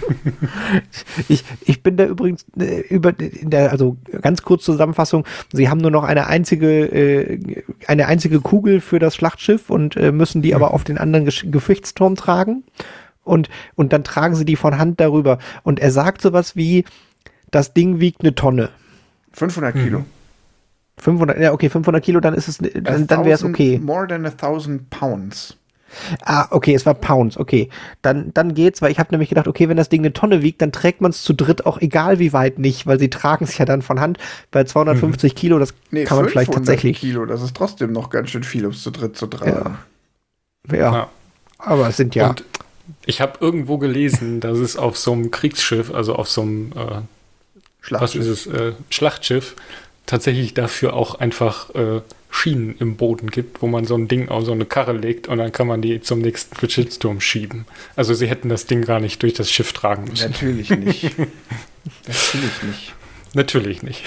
Ich, ich bin da übrigens äh, über in der, also ganz kurz Zusammenfassung, sie haben nur noch eine einzige, äh, eine einzige Kugel für das Schlachtschiff und äh, müssen die mhm. aber auf den anderen Gesch- Gefechtsturm tragen. Und, und dann tragen sie die von Hand darüber. Und er sagt sowas wie, das Ding wiegt eine Tonne. fünfhundert Kilo. Mhm. fünfhundert, ja, okay, fünfhundert Kilo, dann ist es, dann, dann wäre es okay. More than a thousand pounds. Ah, okay, es war Pounds, okay. Dann, dann geht's, weil ich habe nämlich gedacht, okay, wenn das Ding eine Tonne wiegt, dann trägt man es zu dritt auch egal wie weit nicht, weil sie tragen es ja dann von Hand. Bei zweihundertfünfzig mhm. Kilo, das nee, kann man vielleicht tatsächlich. Kilo, das ist trotzdem noch ganz schön viel, um es zu dritt zu tragen. Ja, ja. ja. Aber es sind ja. Und ich habe irgendwo gelesen, dass es auf so einem Kriegsschiff, also auf so einem äh, Schlachtschiff. Was ist es? Äh, Schlachtschiff, tatsächlich dafür auch einfach äh, Schienen im Boden gibt, wo man so ein Ding auf so eine Karre legt und dann kann man die zum nächsten Geschützturm schieben. Also sie hätten das Ding gar nicht durch das Schiff tragen müssen. Natürlich nicht. Natürlich nicht. Natürlich nicht.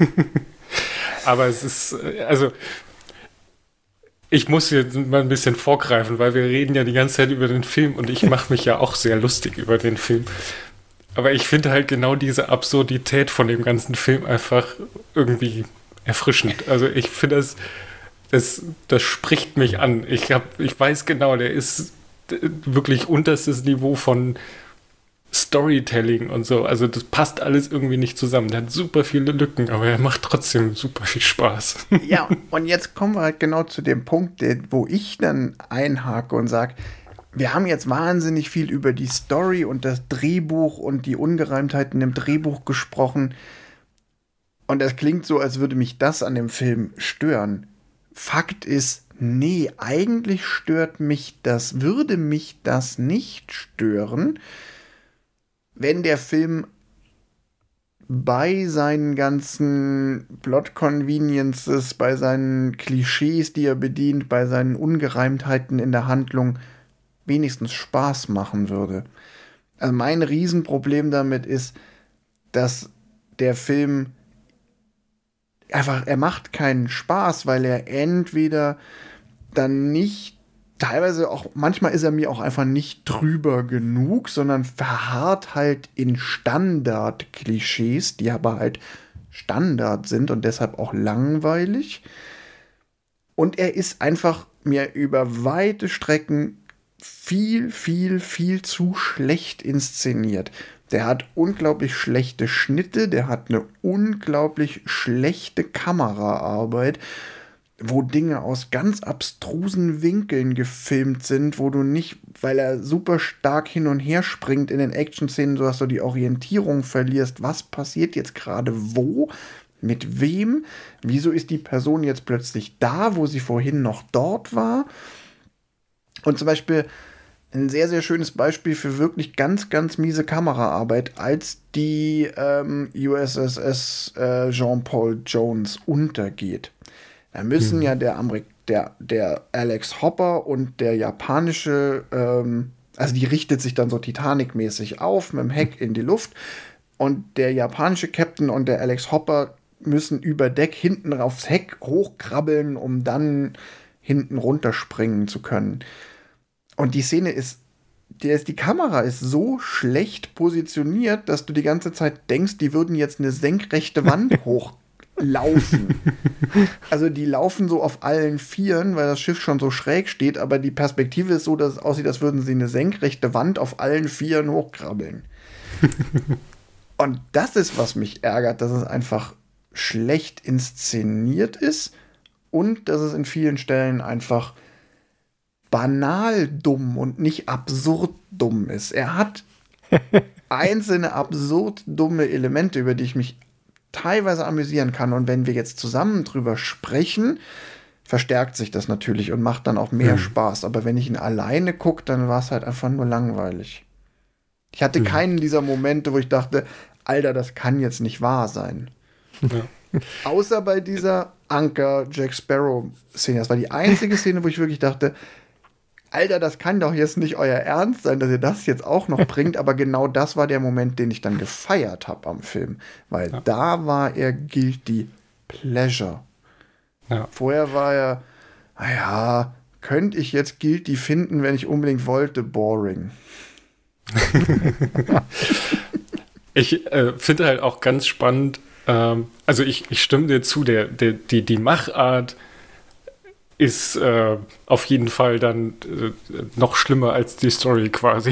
Aber es ist, also ich muss jetzt mal ein bisschen vorgreifen, weil wir reden ja die ganze Zeit über den Film und ich mache mich ja auch sehr lustig über den Film. Aber ich finde halt genau diese Absurdität von dem ganzen Film einfach irgendwie erfrischend. Also ich finde, das, das, das spricht mich an. Ich, hab, ich weiß genau, der ist wirklich unterstes Niveau von Storytelling und so. Also das passt alles irgendwie nicht zusammen. Der hat super viele Lücken, aber er macht trotzdem super viel Spaß. Ja, und jetzt kommen wir halt genau zu dem Punkt, wo ich dann einhake und sage, wir haben jetzt wahnsinnig viel über die Story und das Drehbuch und die Ungereimtheiten im Drehbuch gesprochen. Und das klingt so, als würde mich das an dem Film stören. Fakt ist, nee, eigentlich stört mich das, würde mich das nicht stören, wenn der Film bei seinen ganzen Plot-Conveniences, bei seinen Klischees, die er bedient, bei seinen Ungereimtheiten in der Handlung wenigstens Spaß machen würde. Also mein Riesenproblem damit ist, dass der Film einfach, er macht keinen Spaß, weil er entweder dann nicht, teilweise auch, manchmal ist er mir auch einfach nicht drüber genug, sondern verharrt halt in Standard-Klischees, die aber halt Standard sind und deshalb auch langweilig. Und er ist einfach mir über weite Strecken viel, viel, viel zu schlecht inszeniert. Der hat unglaublich schlechte Schnitte, der hat eine unglaublich schlechte Kameraarbeit, wo Dinge aus ganz abstrusen Winkeln gefilmt sind, wo du nicht, weil er super stark hin und her springt in den Action-Szenen, so dass du die Orientierung verlierst, was passiert jetzt gerade wo, mit wem, wieso ist die Person jetzt plötzlich da, wo sie vorhin noch dort war. Und zum Beispiel ein sehr, sehr schönes Beispiel für wirklich ganz, ganz miese Kameraarbeit, als die ähm, U S S äh, Jean-Paul Jones untergeht. Da müssen hm. ja der, Amerik- der, der Alex Hopper und der japanische, ähm, also die richtet sich dann so Titanic-mäßig auf, mit dem Heck in die Luft. Und der japanische Captain und der Alex Hopper müssen über Deck hinten aufs Heck hochkrabbeln, um dann hinten runterspringen zu können. Und die Szene ist der ist, die Kamera ist so schlecht positioniert, dass du die ganze Zeit denkst, die würden jetzt eine senkrechte Wand hochlaufen. Also die laufen so auf allen Vieren, weil das Schiff schon so schräg steht, aber die Perspektive ist so, dass es aussieht, als würden sie eine senkrechte Wand auf allen Vieren hochkrabbeln. Und das ist, was mich ärgert, dass es einfach schlecht inszeniert ist und dass es in vielen Stellen einfach banal dumm und nicht absurd dumm ist. Er hat einzelne absurd dumme Elemente, über die ich mich teilweise amüsieren kann. Und wenn wir jetzt zusammen drüber sprechen, verstärkt sich das natürlich und macht dann auch mehr hm. Spaß. Aber wenn ich ihn alleine gucke, dann war es halt einfach nur langweilig. Ich hatte hm. keinen dieser Momente, wo ich dachte, Alter, das kann jetzt nicht wahr sein. Ja. Außer bei dieser Anker-Jack Sparrow-Szene. Das war die einzige Szene, wo ich wirklich dachte, Alter, das kann doch jetzt nicht euer Ernst sein, dass ihr das jetzt auch noch bringt. Aber genau das war der Moment, den ich dann gefeiert habe am Film. Weil ja. da war er guilty pleasure. Ja. Vorher war er, naja, könnte ich jetzt guilty finden, wenn ich unbedingt wollte, boring. Ich äh, finde halt auch ganz spannend, ähm, also ich, ich stimme dir zu, der, der, die, die Machart ist äh, auf jeden Fall dann äh, noch schlimmer als die Story quasi.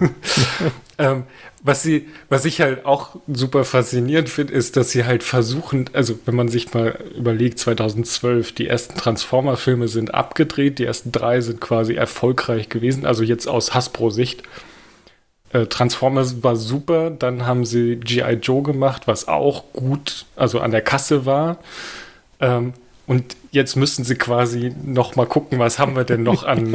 ähm, was sie, was ich halt auch super faszinierend finde, ist, dass sie halt versuchen, also wenn man sich mal überlegt, zweitausendzwölf, die ersten Transformer-Filme sind abgedreht, die ersten drei sind quasi erfolgreich gewesen, also jetzt aus Hasbro-Sicht. Äh, Transformers war super, dann haben sie G I. Joe gemacht, was auch gut, also an der Kasse war. Ähm, und jetzt müssen sie quasi noch mal gucken, was haben wir denn noch an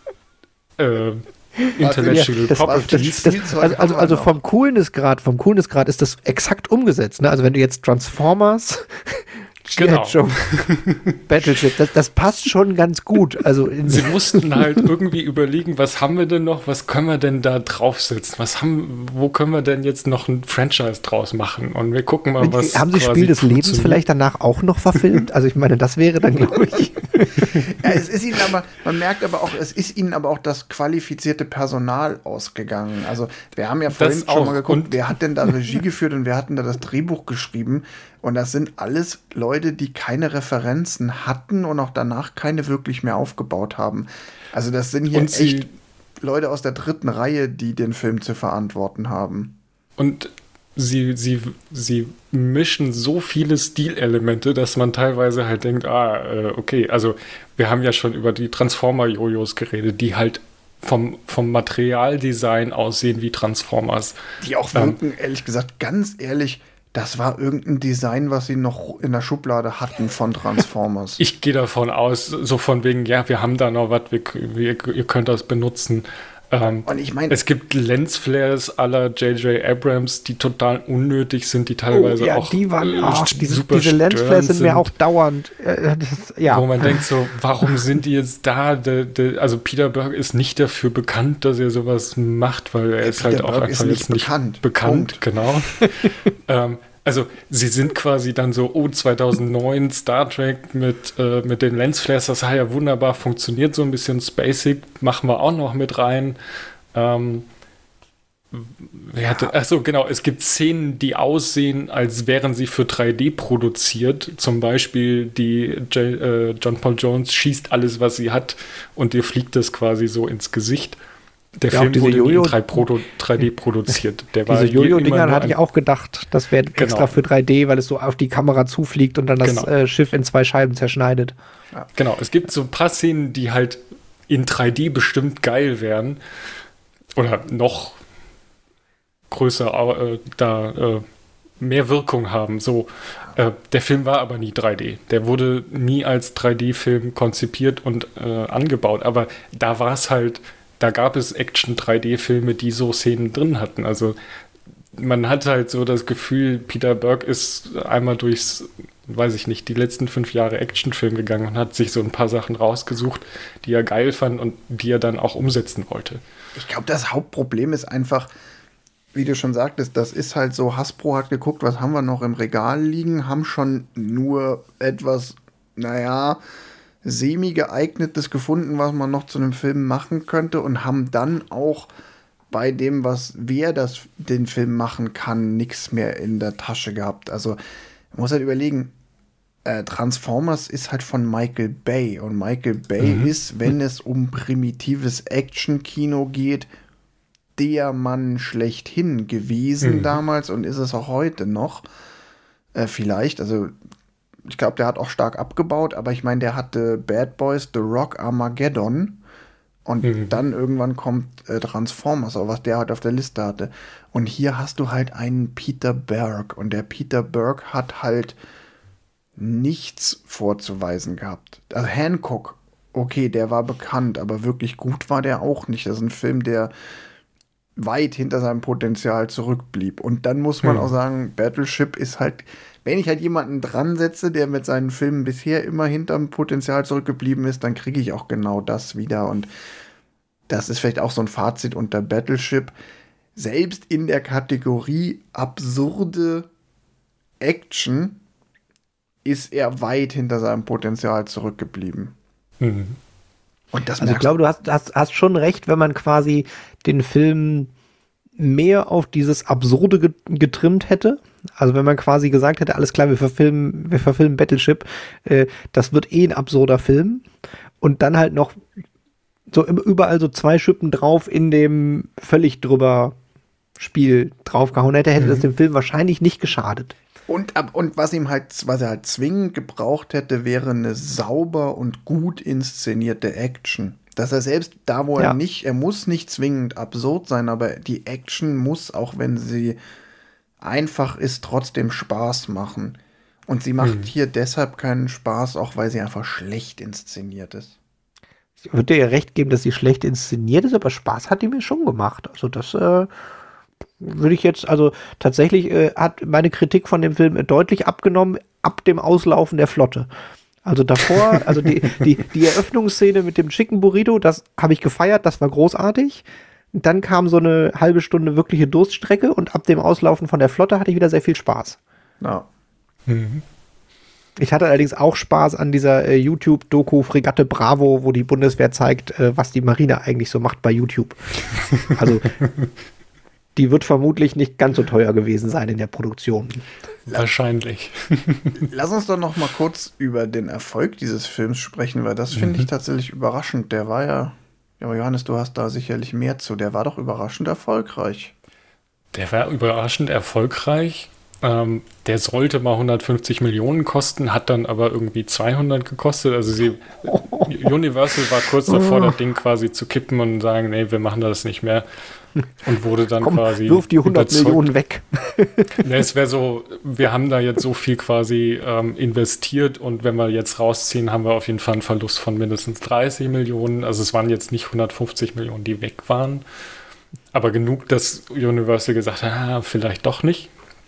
äh, Intellectual das, Properties. Das, das, also also, also vom Coolness-Grad, vom Coolness-Grad ist das exakt umgesetzt. Ne? Also wenn du jetzt Transformers Genau. Battleship, das, das passt schon ganz gut. Also sie mussten halt irgendwie überlegen, was haben wir denn noch, was können wir denn da draufsetzen, was haben, wo können wir denn jetzt noch ein Franchise draus machen? Und wir gucken mal, was haben sie Spiel des Lebens vielleicht danach auch noch verfilmt? Also ich meine, das wäre dann, glaube ich. Ja, es ist ihnen aber, man merkt aber auch, es ist ihnen aber auch das qualifizierte Personal ausgegangen. Also wir haben ja vorhin das schon auch. mal geguckt, und wer hat denn da Regie geführt und wer hat denn da das Drehbuch geschrieben? Und das sind alles Leute, die keine Referenzen hatten und auch danach keine wirklich mehr aufgebaut haben. Also das sind hier und echt Leute aus der dritten Reihe, die den Film zu verantworten haben. Und sie, sie, sie mischen so viele Stilelemente, dass man teilweise halt denkt, ah, okay, also wir haben ja schon über die Transformer-Jojos geredet, die halt vom, vom Materialdesign aussehen wie Transformers. Die auch wirken, ähm, ehrlich gesagt, ganz ehrlich, das war irgendein Design, was sie noch in der Schublade hatten von Transformers. Ich gehe davon aus, so von wegen, ja, wir haben da noch was, wir, wir, ihr könnt das benutzen. Ähm, Und ich meine, es gibt Lensflares à la J J. Abrams, die total unnötig sind, die teilweise oh, ja, auch die waren, äh, ach, diese, super diese Lensflares sind, sind mir auch dauernd. Äh, das, ja. Wo man denkt so, warum sind die jetzt da? De, de, also Peter Berg ist nicht dafür bekannt, dass er sowas macht, weil er ja, ist Peter halt auch Berg einfach nicht jetzt nicht bekannt. bekannt. Genau. ähm, Also sie sind quasi dann so, oh, zweitausendneun Star Trek mit, äh, mit den Lensflares, das hat ja wunderbar funktioniert, so ein bisschen spacig, machen wir auch noch mit rein. Ähm, wer hatte, achso, genau, es gibt Szenen, die aussehen, als wären sie für drei D produziert. Zum Beispiel die J, äh, John Paul Jones schießt alles, was sie hat und dir fliegt das quasi so ins Gesicht. Der ja, Film wurde Jojo, in drei D produziert. Der diese Jojo-Dinger hatte ich auch gedacht, das wäre genau. extra für drei D, weil es so auf die Kamera zufliegt und dann das genau. äh, Schiff in zwei Scheiben zerschneidet. Ja. Genau, es gibt so ein paar Szenen, die halt in drei D bestimmt geil wären oder noch größer äh, da äh, mehr Wirkung haben. So, äh, der Film war aber nie drei D. Der wurde nie als drei D-Film konzipiert und äh, angebaut, aber da war es halt. Da gab es Action-drei D-Filme, die so Szenen drin hatten. Also man hat halt so das Gefühl, Peter Berg ist einmal durchs, weiß ich nicht, die letzten fünf Jahre Actionfilm gegangen und hat sich so ein paar Sachen rausgesucht, die er geil fand und die er dann auch umsetzen wollte. Ich glaube, das Hauptproblem ist einfach, wie du schon sagtest, das ist halt so, Hasbro hat geguckt, was haben wir noch im Regal liegen, haben schon nur etwas, naja, semi-geeignetes gefunden, was man noch zu einem Film machen könnte und haben dann auch bei dem, was wer das den Film machen kann, nichts mehr in der Tasche gehabt. Also man muss halt überlegen, äh, Transformers ist halt von Michael Bay und Michael Bay mhm. ist, wenn es um primitives Action-Kino geht, der Mann schlechthin gewesen mhm. damals und ist es auch heute noch. Äh, vielleicht, also ich glaube, der hat auch stark abgebaut, aber ich meine, der hatte Bad Boys, The Rock, Armageddon und mhm. dann irgendwann kommt äh, Transformers, auch was der halt auf der Liste hatte. Und hier hast du halt einen Peter Berg und der Peter Berg hat halt nichts vorzuweisen gehabt. Also Hancock, okay, der war bekannt, aber wirklich gut war der auch nicht. Das ist ein Film, der weit hinter seinem Potenzial zurückblieb. Und dann muss man hm. auch sagen, Battleship ist halt, wenn ich halt jemanden dran setze, der mit seinen Filmen bisher immer hinterm Potenzial zurückgeblieben ist, dann kriege ich auch genau das wieder. Und das ist vielleicht auch so ein Fazit unter Battleship. Selbst in der Kategorie absurde Action ist er weit hinter seinem Potenzial zurückgeblieben. Mhm. Und das also ich glaube, du hast, hast, hast schon recht, wenn man quasi den Film mehr auf dieses Absurde getrimmt hätte. Also wenn man quasi gesagt hätte, alles klar, wir verfilmen, wir verfilmen Battleship, äh, das wird eh ein absurder Film. Und dann halt noch so überall so zwei Schippen drauf in dem völlig drüber Spiel draufgehauen hätte, hätte mhm. das dem Film wahrscheinlich nicht geschadet. Und, und was ihm halt, was er halt zwingend gebraucht hätte, wäre eine sauber und gut inszenierte Action. Dass er selbst da, wo ja. er nicht, er muss nicht zwingend absurd sein, aber die Action muss, auch wenn sie einfach ist, trotzdem Spaß machen. Und sie macht hm. hier deshalb keinen Spaß, auch weil sie einfach schlecht inszeniert ist. Ich würde dir ja recht geben, dass sie schlecht inszeniert ist, aber Spaß hat die mir schon gemacht. Also das, äh würde ich jetzt, also tatsächlich äh, hat meine Kritik von dem Film deutlich abgenommen ab dem Auslaufen der Flotte. Also davor, also die, die, die Eröffnungsszene mit dem Chicken Burrito, das habe ich gefeiert, das war großartig. Dann kam so eine halbe Stunde wirkliche Durststrecke und ab dem Auslaufen von der Flotte hatte ich wieder sehr viel Spaß. Ja. Mhm. Ich hatte allerdings auch Spaß an dieser äh, YouTube-Doku Fregatte Bravo, wo die Bundeswehr zeigt, äh, was die Marine eigentlich so macht bei YouTube. Also die wird vermutlich nicht ganz so teuer gewesen sein in der Produktion. Wahrscheinlich. Lass uns doch noch mal kurz über den Erfolg dieses Films sprechen, weil das finde mhm. ich tatsächlich überraschend. Der war ja, ja, aber Johannes, du hast da sicherlich mehr zu. Der war doch überraschend erfolgreich. Der war überraschend erfolgreich. Ähm, der sollte mal hundertfünfzig Millionen kosten, hat dann aber irgendwie zweihundert gekostet. Also sie, Universal war kurz davor, das Ding quasi zu kippen und sagen, nee, wir machen das nicht mehr. Und wurde dann Komm, quasi wirf die hundert überzeugt. Millionen weg. Ne, es wäre so, wir haben da jetzt so viel quasi ähm, investiert und wenn wir jetzt rausziehen, haben wir auf jeden Fall einen Verlust von mindestens dreißig Millionen. Also es waren jetzt nicht hundertfünfzig Millionen, die weg waren. Aber genug, dass Universal gesagt hat, ah, vielleicht doch nicht.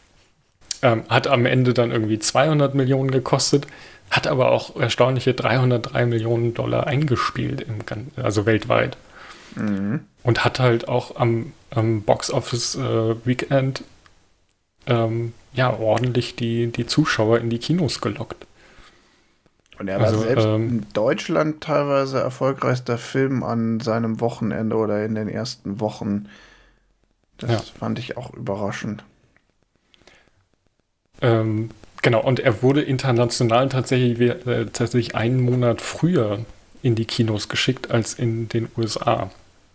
Ähm, hat am Ende dann irgendwie zweihundert Millionen gekostet, hat aber auch erstaunliche dreihundertdrei Millionen Dollar eingespielt, im Gan- also weltweit. Mhm. Und hat halt auch am, am Box-Office-Weekend äh, ähm, ja, ordentlich die, die Zuschauer in die Kinos gelockt. Und er war also, selbst ähm, in Deutschland teilweise erfolgreichster Film an seinem Wochenende oder in den ersten Wochen. Das ja. fand ich auch überraschend. Ähm, genau, und er wurde international tatsächlich, äh, tatsächlich einen Monat früher in die Kinos geschickt als in den U S A.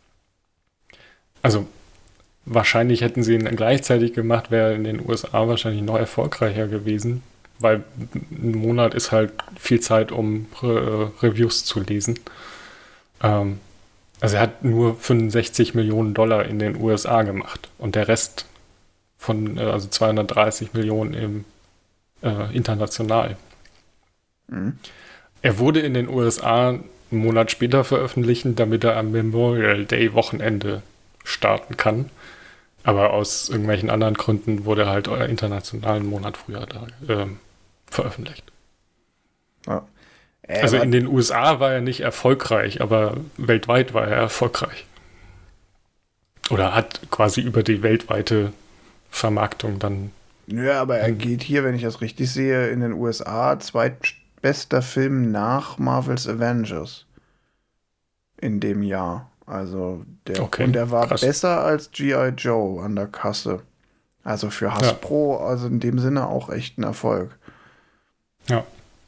Also wahrscheinlich hätten sie ihn gleichzeitig gemacht, wäre in den U S A wahrscheinlich noch erfolgreicher gewesen, weil ein Monat ist halt viel Zeit, um Re- Reviews zu lesen. Ähm, also er hat nur fünfundsechzig Millionen Dollar in den U S A gemacht und der Rest von, äh, also zweihundertdreißig Millionen im, äh, international. Mhm. Er wurde in den U S A einen Monat später veröffentlichen, damit er am Memorial Day Wochenende starten kann. Aber aus irgendwelchen anderen Gründen wurde halt euer internationalen Monat früher da ähm, veröffentlicht. Ja. Äh, also in den U S A war er nicht erfolgreich, aber weltweit war er erfolgreich. Oder hat quasi über die weltweite Vermarktung dann... Ja, aber er geht hier, wenn ich das richtig sehe, in den U S A zweitbester Film nach Marvel's Avengers in dem Jahr. Also der, okay, und der war krass. besser als G I. Joe an der Kasse. Also für Hasbro, ja. Also in dem Sinne auch echt ein Erfolg. Ja.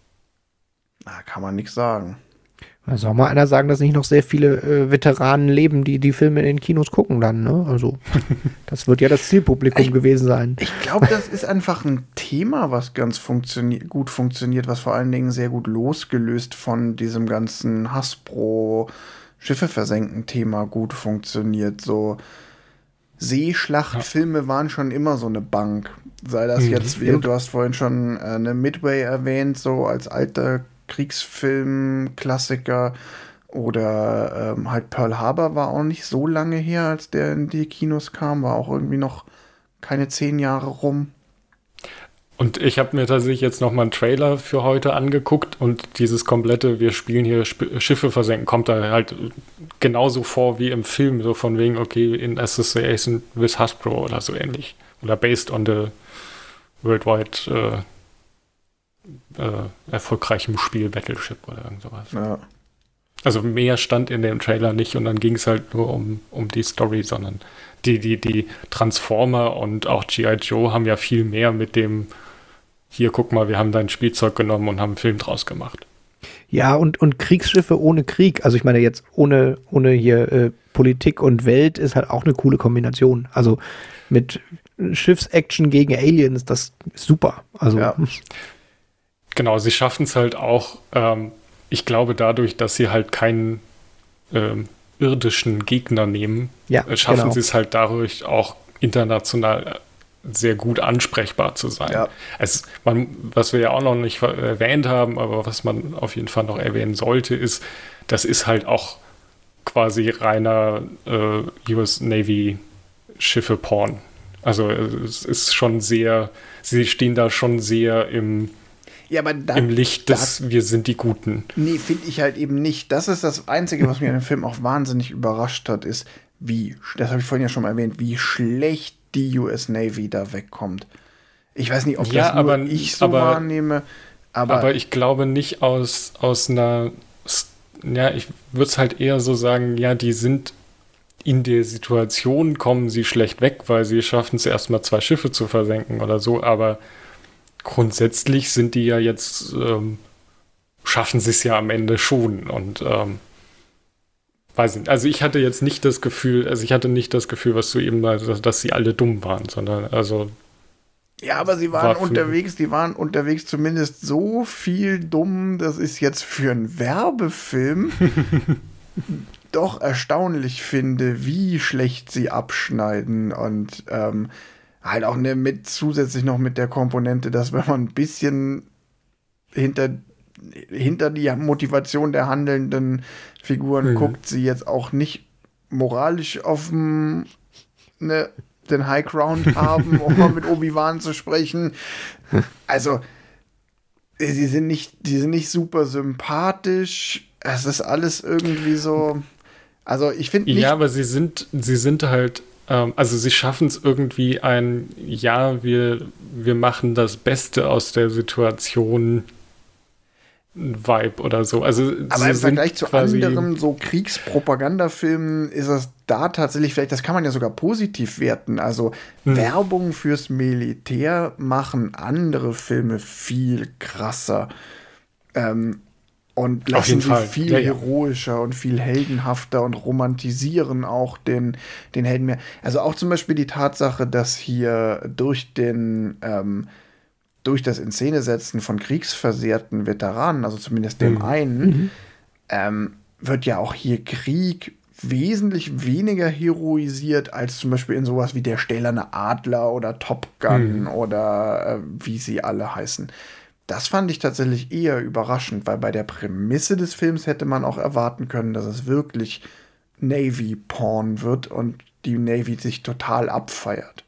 Da kann man nichts sagen. Da soll mal einer sagen, dass nicht noch sehr viele äh, Veteranen leben, die die Filme in den Kinos gucken dann, ne? Also, das wird ja das Zielpublikum ich, gewesen sein. Ich glaube, das ist einfach ein Thema, was ganz funktioni- gut funktioniert, was vor allen Dingen sehr gut losgelöst von diesem ganzen Hasbro Schiffe versenken Thema gut funktioniert. So Seeschlachtfilme ja. waren schon immer so eine Bank. Sei das mhm, jetzt, wie, du hast vorhin schon äh, eine Midway erwähnt, so als alter Kriegsfilm-Klassiker, oder ähm, halt Pearl Harbor war auch nicht so lange her, als der in die Kinos kam, war auch irgendwie noch keine zehn Jahre rum. Und ich habe mir tatsächlich jetzt noch mal einen Trailer für heute angeguckt und dieses komplette, wir spielen hier Sp- Schiffe versenken, kommt da halt genauso vor wie im Film, so von wegen, okay, in Association with Hasbro oder so ähnlich. Oder based on the worldwide äh, äh, erfolgreichem Spiel Battleship oder irgend sowas. Ja. Also mehr stand in dem Trailer nicht und dann ging es halt nur um, um die Story, sondern die, die, die Transformer und auch G I. Joe haben ja viel mehr mit dem, hier, guck mal, wir haben dein Spielzeug genommen und haben einen Film draus gemacht. Ja, und, und Kriegsschiffe ohne Krieg, also ich meine jetzt ohne, ohne hier äh, Politik und Welt ist halt auch eine coole Kombination. Also mit Schiffsaction gegen Aliens, das ist super. Also ja. Genau, sie schaffen es halt auch, ähm, ich glaube dadurch, dass sie halt keinen ähm, irdischen Gegner nehmen, ja, äh, schaffen genau. sie es halt dadurch auch international sehr gut ansprechbar zu sein. Ja. Es, man, was wir ja auch noch nicht erwähnt haben, aber was man auf jeden Fall noch erwähnen sollte, ist, das ist halt auch quasi reiner äh, U S Navy Schiffe-Porn. Also es ist schon sehr, sie stehen da schon sehr im Ja, aber da, Im Licht des da, wir sind die Guten. Nee, finde ich halt eben nicht. Das ist das Einzige, was mich an dem Film auch wahnsinnig überrascht hat, ist, wie, das habe ich vorhin ja schon mal erwähnt, wie schlecht die U S Navy da wegkommt. Ich weiß nicht, ob ja, das nur aber, ich so aber, wahrnehme, aber... Aber ich glaube nicht aus, aus einer... Ja, ich würde es halt eher so sagen, ja, die sind in der Situation, kommen sie schlecht weg, weil sie schaffen es erstmal zwei Schiffe zu versenken oder so, aber grundsätzlich sind die ja jetzt, ähm, schaffen sie es ja am Ende schon und ähm, weiß nicht. Also ich hatte jetzt nicht das Gefühl, also ich hatte nicht das Gefühl, was du eben, also, dass sie alle dumm waren, sondern also ja, aber sie waren war unterwegs, die waren unterwegs zumindest so viel dumm, das ist jetzt für einen Werbefilm doch erstaunlich finde, wie schlecht sie abschneiden und ähm, halt auch ne, mit zusätzlich noch mit der Komponente, dass wenn man ein bisschen hinter, hinter die Motivation der handelnden Figuren mhm. guckt, sie jetzt auch nicht moralisch auf dem, ne, den High Ground haben, um mal mit Obi-Wan zu sprechen. Also, sie sind nicht, die sind nicht super sympathisch. Es ist alles irgendwie so. Also, ich finde nicht. Ja, aber sie sind, sie sind halt. Also sie schaffen es irgendwie ein, ja, wir, wir machen das Beste aus der Situation Vibe oder so. Also aber im Vergleich zu anderen so Kriegspropagandafilmen ist das da tatsächlich vielleicht, das kann man ja sogar positiv werten. Also hm. Werbung fürs Militär machen andere Filme viel krasser. Ähm, Und lassen sie Fall. viel ja, ja. heroischer und viel heldenhafter und romantisieren auch den, den Helden mehr. Also auch zum Beispiel die Tatsache, dass hier durch den ähm, durch das Inszenesetzen von kriegsversehrten Veteranen, also zumindest dem mhm. einen, mhm. Ähm, wird ja auch hier Krieg wesentlich weniger heroisiert als zum Beispiel in sowas wie der stählerne Adler oder Top Gun mhm. oder äh, wie sie alle heißen. Das fand ich tatsächlich eher überraschend, weil bei der Prämisse des Films hätte man auch erwarten können, dass es wirklich Navy-Porn wird und die Navy sich total abfeiert.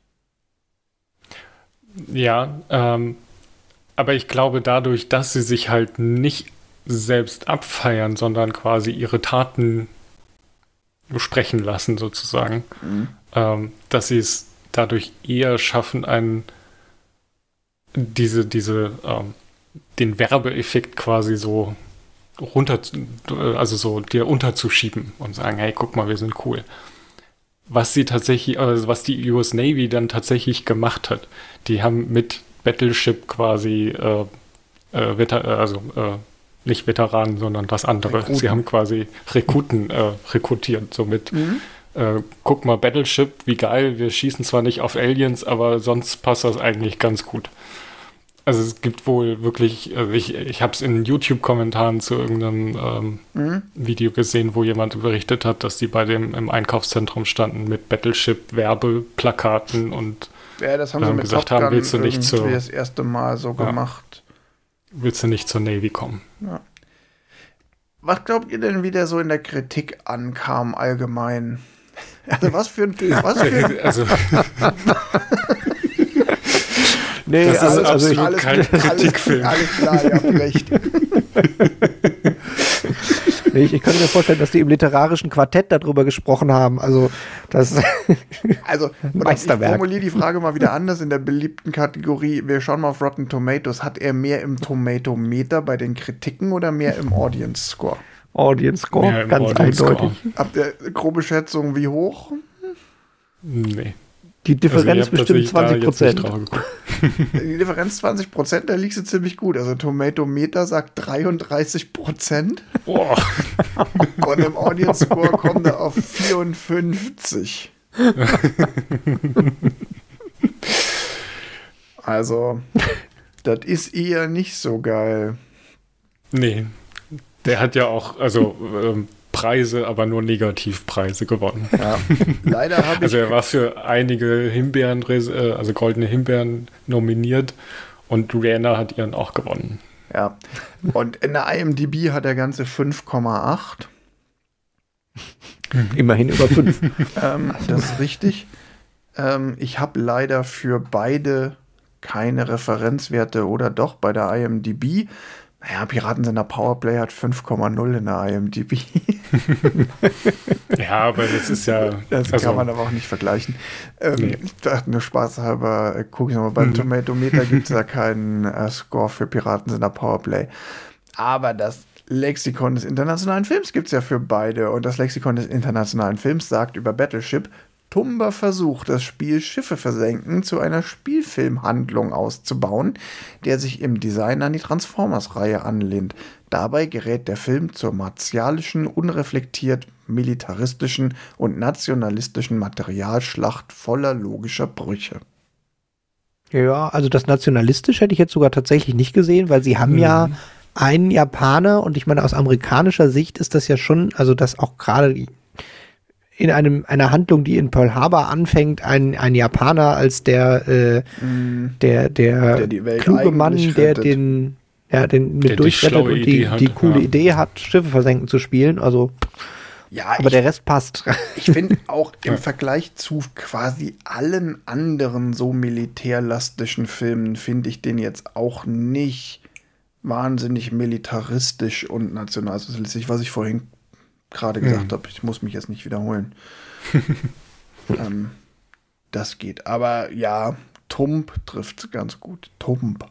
Ja, ähm, aber ich glaube dadurch, dass sie sich halt nicht selbst abfeiern, sondern quasi ihre Taten sprechen lassen sozusagen, mhm. ähm, dass sie es dadurch eher schaffen, einen diese, diese, ähm, den Werbeeffekt quasi so runter, also so dir unterzuschieben und sagen, hey, guck mal, wir sind cool. Was sie tatsächlich, also was die U S Navy dann tatsächlich gemacht hat, die haben mit Battleship quasi, äh, äh, Veter- also äh, nicht Veteranen, sondern das andere. Rekruten. Sie haben quasi Rekruten äh, rekrutiert, somit mhm. äh, guck mal, Battleship, wie geil, wir schießen zwar nicht auf Aliens, aber sonst passt das eigentlich ganz gut. Also es gibt wohl wirklich, also ich, ich habe es in YouTube-Kommentaren zu irgendeinem ähm, mhm. Video gesehen, wo jemand berichtet hat, dass die bei dem im Einkaufszentrum standen mit Battleship-Werbeplakaten und ja, das haben sie ähm, mit gesagt Top Gun haben, willst du nicht zur, das erste Mal so ja, gemacht. Willst du nicht zur Navy kommen? Ja. Was glaubt ihr denn, wie der so in der Kritik ankam allgemein? Also was für ein... Was für ein also... Nee, das ist alles, absolut also ich, kein alles, Kritikfilm. Alles klar, ihr habt recht. Nee, ich, ich könnte mir vorstellen, dass die im literarischen Quartett darüber gesprochen haben. Also das also, Meisterwerk. Ich formuliere die Frage mal wieder anders in der beliebten Kategorie. Wir schauen mal auf Rotten Tomatoes. Hat er mehr im Tomatometer bei den Kritiken oder mehr im Audience Score? Audience Score, mehr im ganz Audience eindeutig. Score. Habt ihr grobe Schätzung, wie hoch? Nee. Die Differenz also bestimmt zwanzig Prozent. Die Differenz zwanzig Prozent, da liegst du ziemlich gut. Also Tomatometer sagt dreiunddreißig Prozent. Boah. Und im Audience Score kommt er auf vierundfünfzig. Also, das ist eher nicht so geil. Nee. Der hat ja auch, also ähm, Preise, aber nur Negativpreise gewonnen. Ja, leider habe ich... Also er war für einige Himbeeren, also goldene Himbeeren nominiert und Rihanna hat ihren auch gewonnen. Ja, und in der I M D B hat er ganze fünf Komma acht. Immerhin über fünf. ähm, das ist richtig. Ähm, ich habe leider für beide keine Referenzwerte oder doch bei der I M D B. Naja, Piratensender Powerplay hat fünf Komma null in der I M D B. Ja, aber das ist ja... Das also, kann man aber auch nicht vergleichen. Ähm, nee. Ich dachte nur spaßhalber, äh, gucke ich nochmal, beim mhm. Tomatometer gibt es ja keinen äh, Score für Piratensender Powerplay. Aber das Lexikon des internationalen Films gibt es ja für beide. Und das Lexikon des internationalen Films sagt über Battleship: Tumba versucht, das Spiel Schiffe versenken zu einer Spielfilmhandlung auszubauen, der sich im Design an die Transformers-Reihe anlehnt. Dabei gerät der Film zur martialischen, unreflektiert militaristischen und nationalistischen Materialschlacht voller logischer Brüche. Ja, also das nationalistisch hätte ich jetzt sogar tatsächlich nicht gesehen, weil sie haben hm. ja einen Japaner und ich meine, aus amerikanischer Sicht ist das ja schon, also dass auch gerade in einem einer Handlung, die in Pearl Harbor anfängt, ein, ein Japaner als der äh, mm. der der, der die Welt kluge Mann, der rettet. den ja den mit der durchrettet und die, die, die coole ja. Idee hat, Schiffe versenken zu spielen. Also ja, aber ich, der Rest passt. Ich finde auch im ja. Vergleich zu quasi allen anderen so militärlastischen Filmen finde ich den jetzt auch nicht wahnsinnig militaristisch und nationalsozialistisch, was ich vorhin gerade gesagt hm. habe. Ich muss mich jetzt nicht wiederholen. ähm, das geht. Aber ja, Tump trifft ganz gut. Tump.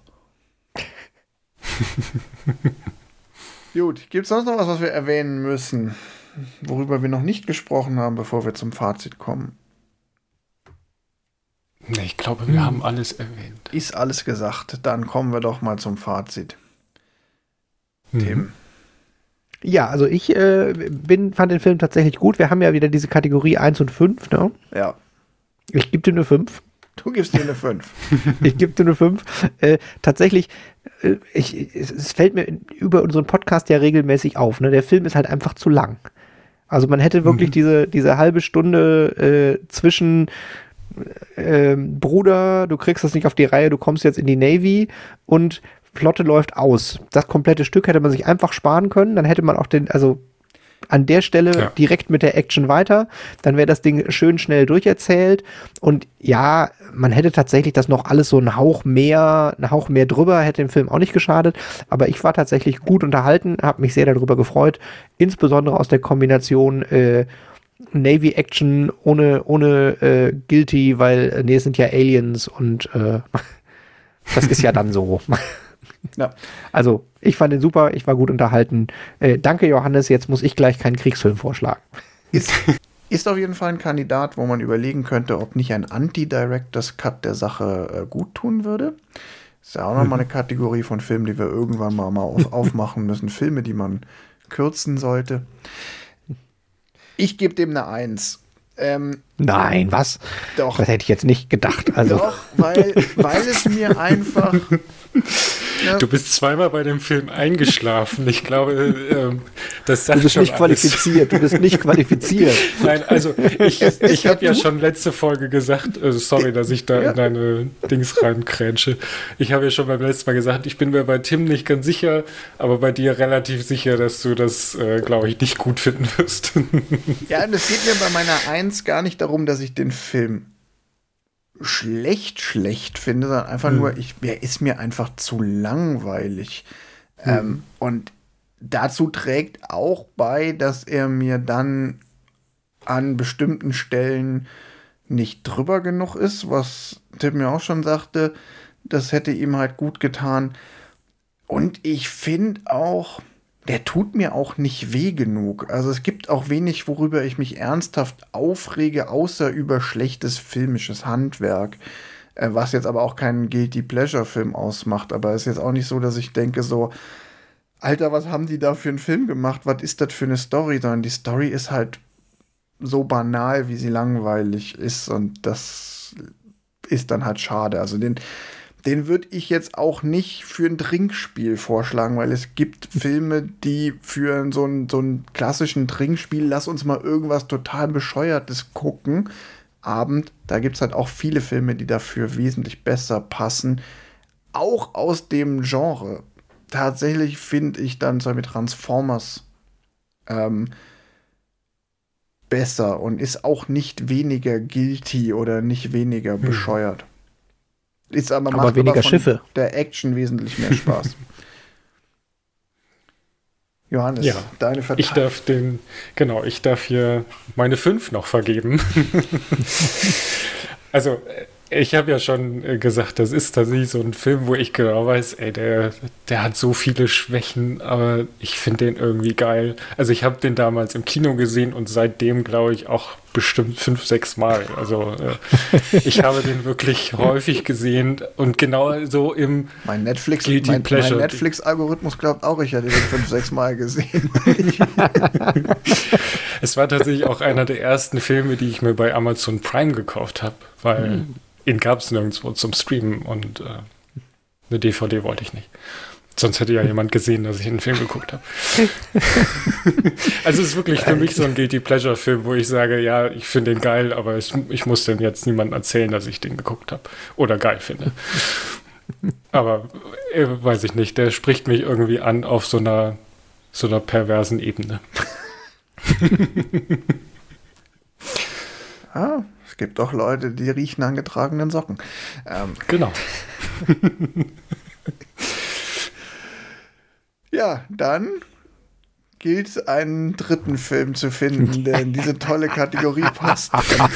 Gut, gibt es sonst noch was, was wir erwähnen müssen, worüber wir noch nicht gesprochen haben, bevor wir zum Fazit kommen? Nee, ich glaube, wir hm. haben alles erwähnt. Ist alles gesagt. Dann kommen wir doch mal zum Fazit. Hm. Tim. Ja, also ich äh, bin, fand den Film tatsächlich gut. Wir haben ja wieder diese Kategorie eins und fünf, ne? Ja. Ich gebe dir eine fünf. Du gibst dir eine fünf. Ich gebe dir eine fünf. Äh, tatsächlich, äh, ich, es, es fällt mir über unseren Podcast ja regelmäßig auf, ne? Der Film ist halt einfach zu lang. Also man hätte wirklich mhm. diese, diese halbe Stunde äh, zwischen äh, Bruder, du kriegst das nicht auf die Reihe, du kommst jetzt in die Navy und Flotte läuft aus. Das komplette Stück hätte man sich einfach sparen können. Dann hätte man auch den, also an der Stelle ja. direkt mit der Action weiter. Dann wäre das Ding schön schnell durcherzählt. Und ja, man hätte tatsächlich das noch alles so einen Hauch mehr, einen Hauch mehr drüber, hätte dem Film auch nicht geschadet. Aber ich war tatsächlich gut unterhalten, habe mich sehr darüber gefreut. Insbesondere aus der Kombination äh, Navy-Action ohne, ohne äh, Guilty, weil, äh, nee, es sind ja Aliens und äh, das ist ja dann so. Ja. Also, ich fand ihn super, ich war gut unterhalten. Äh, danke, Johannes, jetzt muss ich gleich keinen Kriegsfilm vorschlagen. Ist, ist auf jeden Fall ein Kandidat, wo man überlegen könnte, ob nicht ein Anti-Director's Cut der Sache äh, gut tun würde. Ist ja auch nochmal eine Kategorie von Filmen, die wir irgendwann mal, mal auf, aufmachen müssen. Filme, die man kürzen sollte. Ich gebe dem eine Eins. Ähm, Nein, was? Doch. Das hätte ich jetzt nicht gedacht. Also. Doch, weil, weil es mir einfach... Ja. Du bist zweimal bei dem Film eingeschlafen. Ich glaube, ähm, das sagt Du bist schon nicht alles. qualifiziert. Du bist nicht qualifiziert. Nein, also ich, ich habe ja schon letzte Folge gesagt, äh, sorry, dass ich da Ja. in deine Dings reinkrätsche. Ich habe ja schon beim letzten Mal gesagt, ich bin mir bei Tim nicht ganz sicher, aber bei dir relativ sicher, dass du das, äh, glaube ich, nicht gut finden wirst. Ja, und es geht mir bei meiner Eins gar nicht darum, dass ich den Film schlecht, schlecht finde, sondern einfach Hm. nur, ich, er ist mir einfach zu langweilig. Hm. Ähm, und dazu trägt auch bei, dass er mir dann an bestimmten Stellen nicht drüber genug ist, was Tim mir auch schon sagte, das hätte ihm halt gut getan. Und ich finde auch, der tut mir auch nicht weh genug. Also es gibt auch wenig, worüber ich mich ernsthaft aufrege, außer über schlechtes filmisches Handwerk. Äh, was jetzt aber auch keinen Guilty-Pleasure-Film ausmacht. Aber es ist jetzt auch nicht so, dass ich denke so, Alter, was haben die da für einen Film gemacht? Was ist das für eine Story? Sondern die Story ist halt so banal, wie sie langweilig ist. Und das ist dann halt schade. Also den Den würde ich jetzt auch nicht für ein Trinkspiel vorschlagen, weil es gibt Filme, die für so einen so einen klassischen Trinkspiel, lass uns mal irgendwas total Bescheuertes gucken, Abend, da gibt es halt auch viele Filme, die dafür wesentlich besser passen, auch aus dem Genre. Tatsächlich finde ich dann zum Beispiel Transformers ähm, besser und ist auch nicht weniger guilty oder nicht weniger bescheuert. Ist aber, Aber macht weniger aber von Schiffe. Der Action wesentlich mehr Spaß. Johannes, Ja, deine Ich Verteidigung. darf den, genau, ich darf hier meine fünf noch vergeben. Also, ich habe ja schon äh, gesagt, das ist tatsächlich so ein Film, wo ich genau weiß, ey, der, der hat so viele Schwächen, aber ich finde den irgendwie geil. Also, ich habe den damals im Kino gesehen und seitdem, glaube ich, auch bestimmt fünf, sechs Mal. Also, äh, ich habe den wirklich häufig gesehen und genau so im Mein Netflix, Guilty mein, mein Pleasure. Netflix-Algorithmus glaubt auch, ich hätte den fünf, sechs Mal gesehen. Es war tatsächlich auch einer der ersten Filme, die ich mir bei Amazon Prime gekauft habe, weil Mhm. ihn gab es nirgendwo zum Streamen und äh, eine D V D wollte ich nicht. Sonst hätte ja jemand gesehen, dass ich einen Film geguckt habe. Also es ist wirklich für mich so ein Guilty Pleasure Film, wo ich sage, ja, ich finde den geil, aber ich, ich muss dem jetzt niemandem erzählen, dass ich den geguckt habe oder geil finde. Aber äh, weiß ich nicht, der spricht mich irgendwie an auf so einer, so einer perversen Ebene. Ah, es gibt auch Leute, die riechen an getragenen Socken. Ähm, Genau. ja, dann gilt es, einen dritten Film zu finden, der in diese tolle Kategorie passt.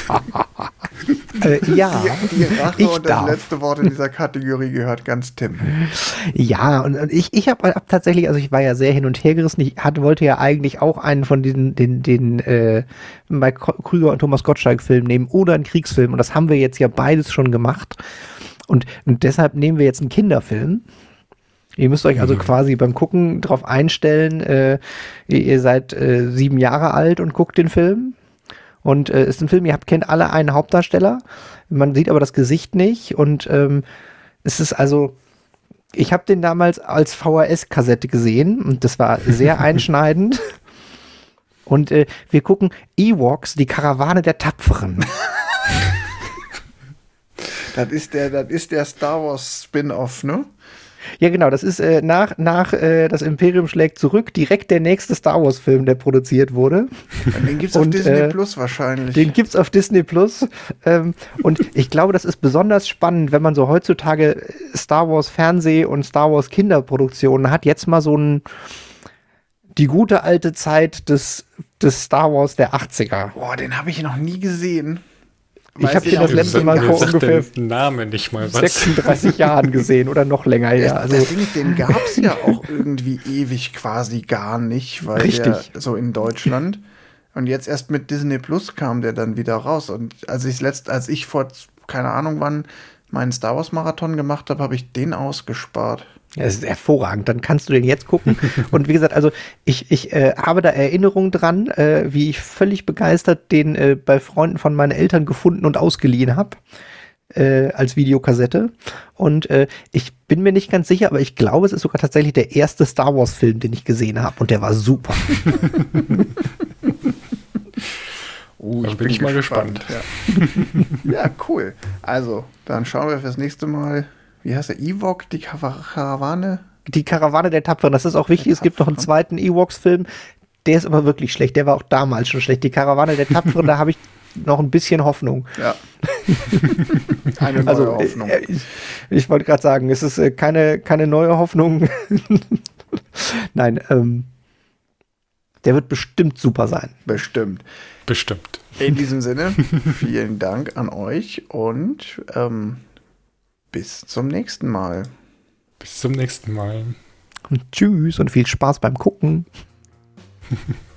Äh, ja, Die, die Rache ich und das darf. letzte Wort in dieser Kategorie gehört ganz Tim. Ja, und, und ich, ich habe hab tatsächlich, also ich war ja sehr hin und her gerissen. Ich hatte, wollte ja eigentlich auch einen von diesen, den, den äh, Mike Krüger und Thomas Gottschalk-Filmen nehmen oder einen Kriegsfilm. Und das haben wir jetzt ja beides schon gemacht. Und, und deshalb nehmen wir jetzt einen Kinderfilm. Ihr müsst euch also Mhm. quasi beim Gucken drauf einstellen, äh, ihr, ihr seid äh, sieben Jahre alt und guckt den Film. Und es äh, ist ein Film, ihr habt, kennt alle einen Hauptdarsteller. Man sieht aber das Gesicht nicht. Und ähm, es ist also, ich habe den damals als V H S-Kassette gesehen und das war sehr einschneidend. Und äh, wir gucken Ewoks, die Karawane der Tapferen. Das ist der, das ist der Star Wars Spin-off, ne? Ja, genau, das ist äh, nach, nach äh, das Imperium schlägt zurück direkt der nächste Star Wars-Film, der produziert wurde. Den gibt's auf Und, Disney äh, Plus wahrscheinlich. Den gibt's auf Disney Plus. Ähm, und ich glaube, das ist besonders spannend, wenn man so heutzutage Star Wars Fernseh- und Star Wars Kinderproduktionen hat. Jetzt mal so ein die gute alte Zeit des, des Star Wars der achtziger. Boah, den habe ich noch nie gesehen. Ich habe den das letzte Mal vor ungefähr Name nicht mal was. sechsunddreißig Jahren gesehen oder noch länger her. Also der Ding, den gab es ja auch irgendwie ewig quasi gar nicht, weil Richtig. der so in Deutschland und jetzt erst mit Disney Plus kam der dann wieder raus. Und als ich letzt, als ich vor keine Ahnung wann meinen Star Wars Marathon gemacht habe, habe ich den ausgespart. Das ist hervorragend, dann kannst du den jetzt gucken. Und wie gesagt, also ich, ich äh, habe da Erinnerungen dran, äh, wie ich völlig begeistert den äh, bei Freunden von meinen Eltern gefunden und ausgeliehen habe, äh, als Videokassette. Und äh, ich bin mir nicht ganz sicher, aber ich glaube, es ist sogar tatsächlich der erste Star Wars Film, den ich gesehen habe. Und der war super. Oh, ich da bin, bin ich mal gespannt. gespannt. Ja. Ja, cool. Also, dann schauen wir fürs nächste Mal. Wie heißt der? Ewok, die Karawane? Die Karawane der Tapferen, das ist auch wichtig. Es gibt noch einen zweiten Ewoks-Film, der ist aber wirklich schlecht. Der war auch damals schon schlecht. Die Karawane der Tapferen, da habe ich noch ein bisschen Hoffnung. Ja. Eine neue also, Hoffnung. Äh, ich ich wollte gerade sagen, es ist äh, keine, keine neue Hoffnung. Nein, ähm, der wird bestimmt super sein. Bestimmt. Bestimmt. In diesem Sinne, vielen Dank an euch und ähm, bis zum nächsten Mal. Bis zum nächsten Mal. Und tschüss und viel Spaß beim Gucken.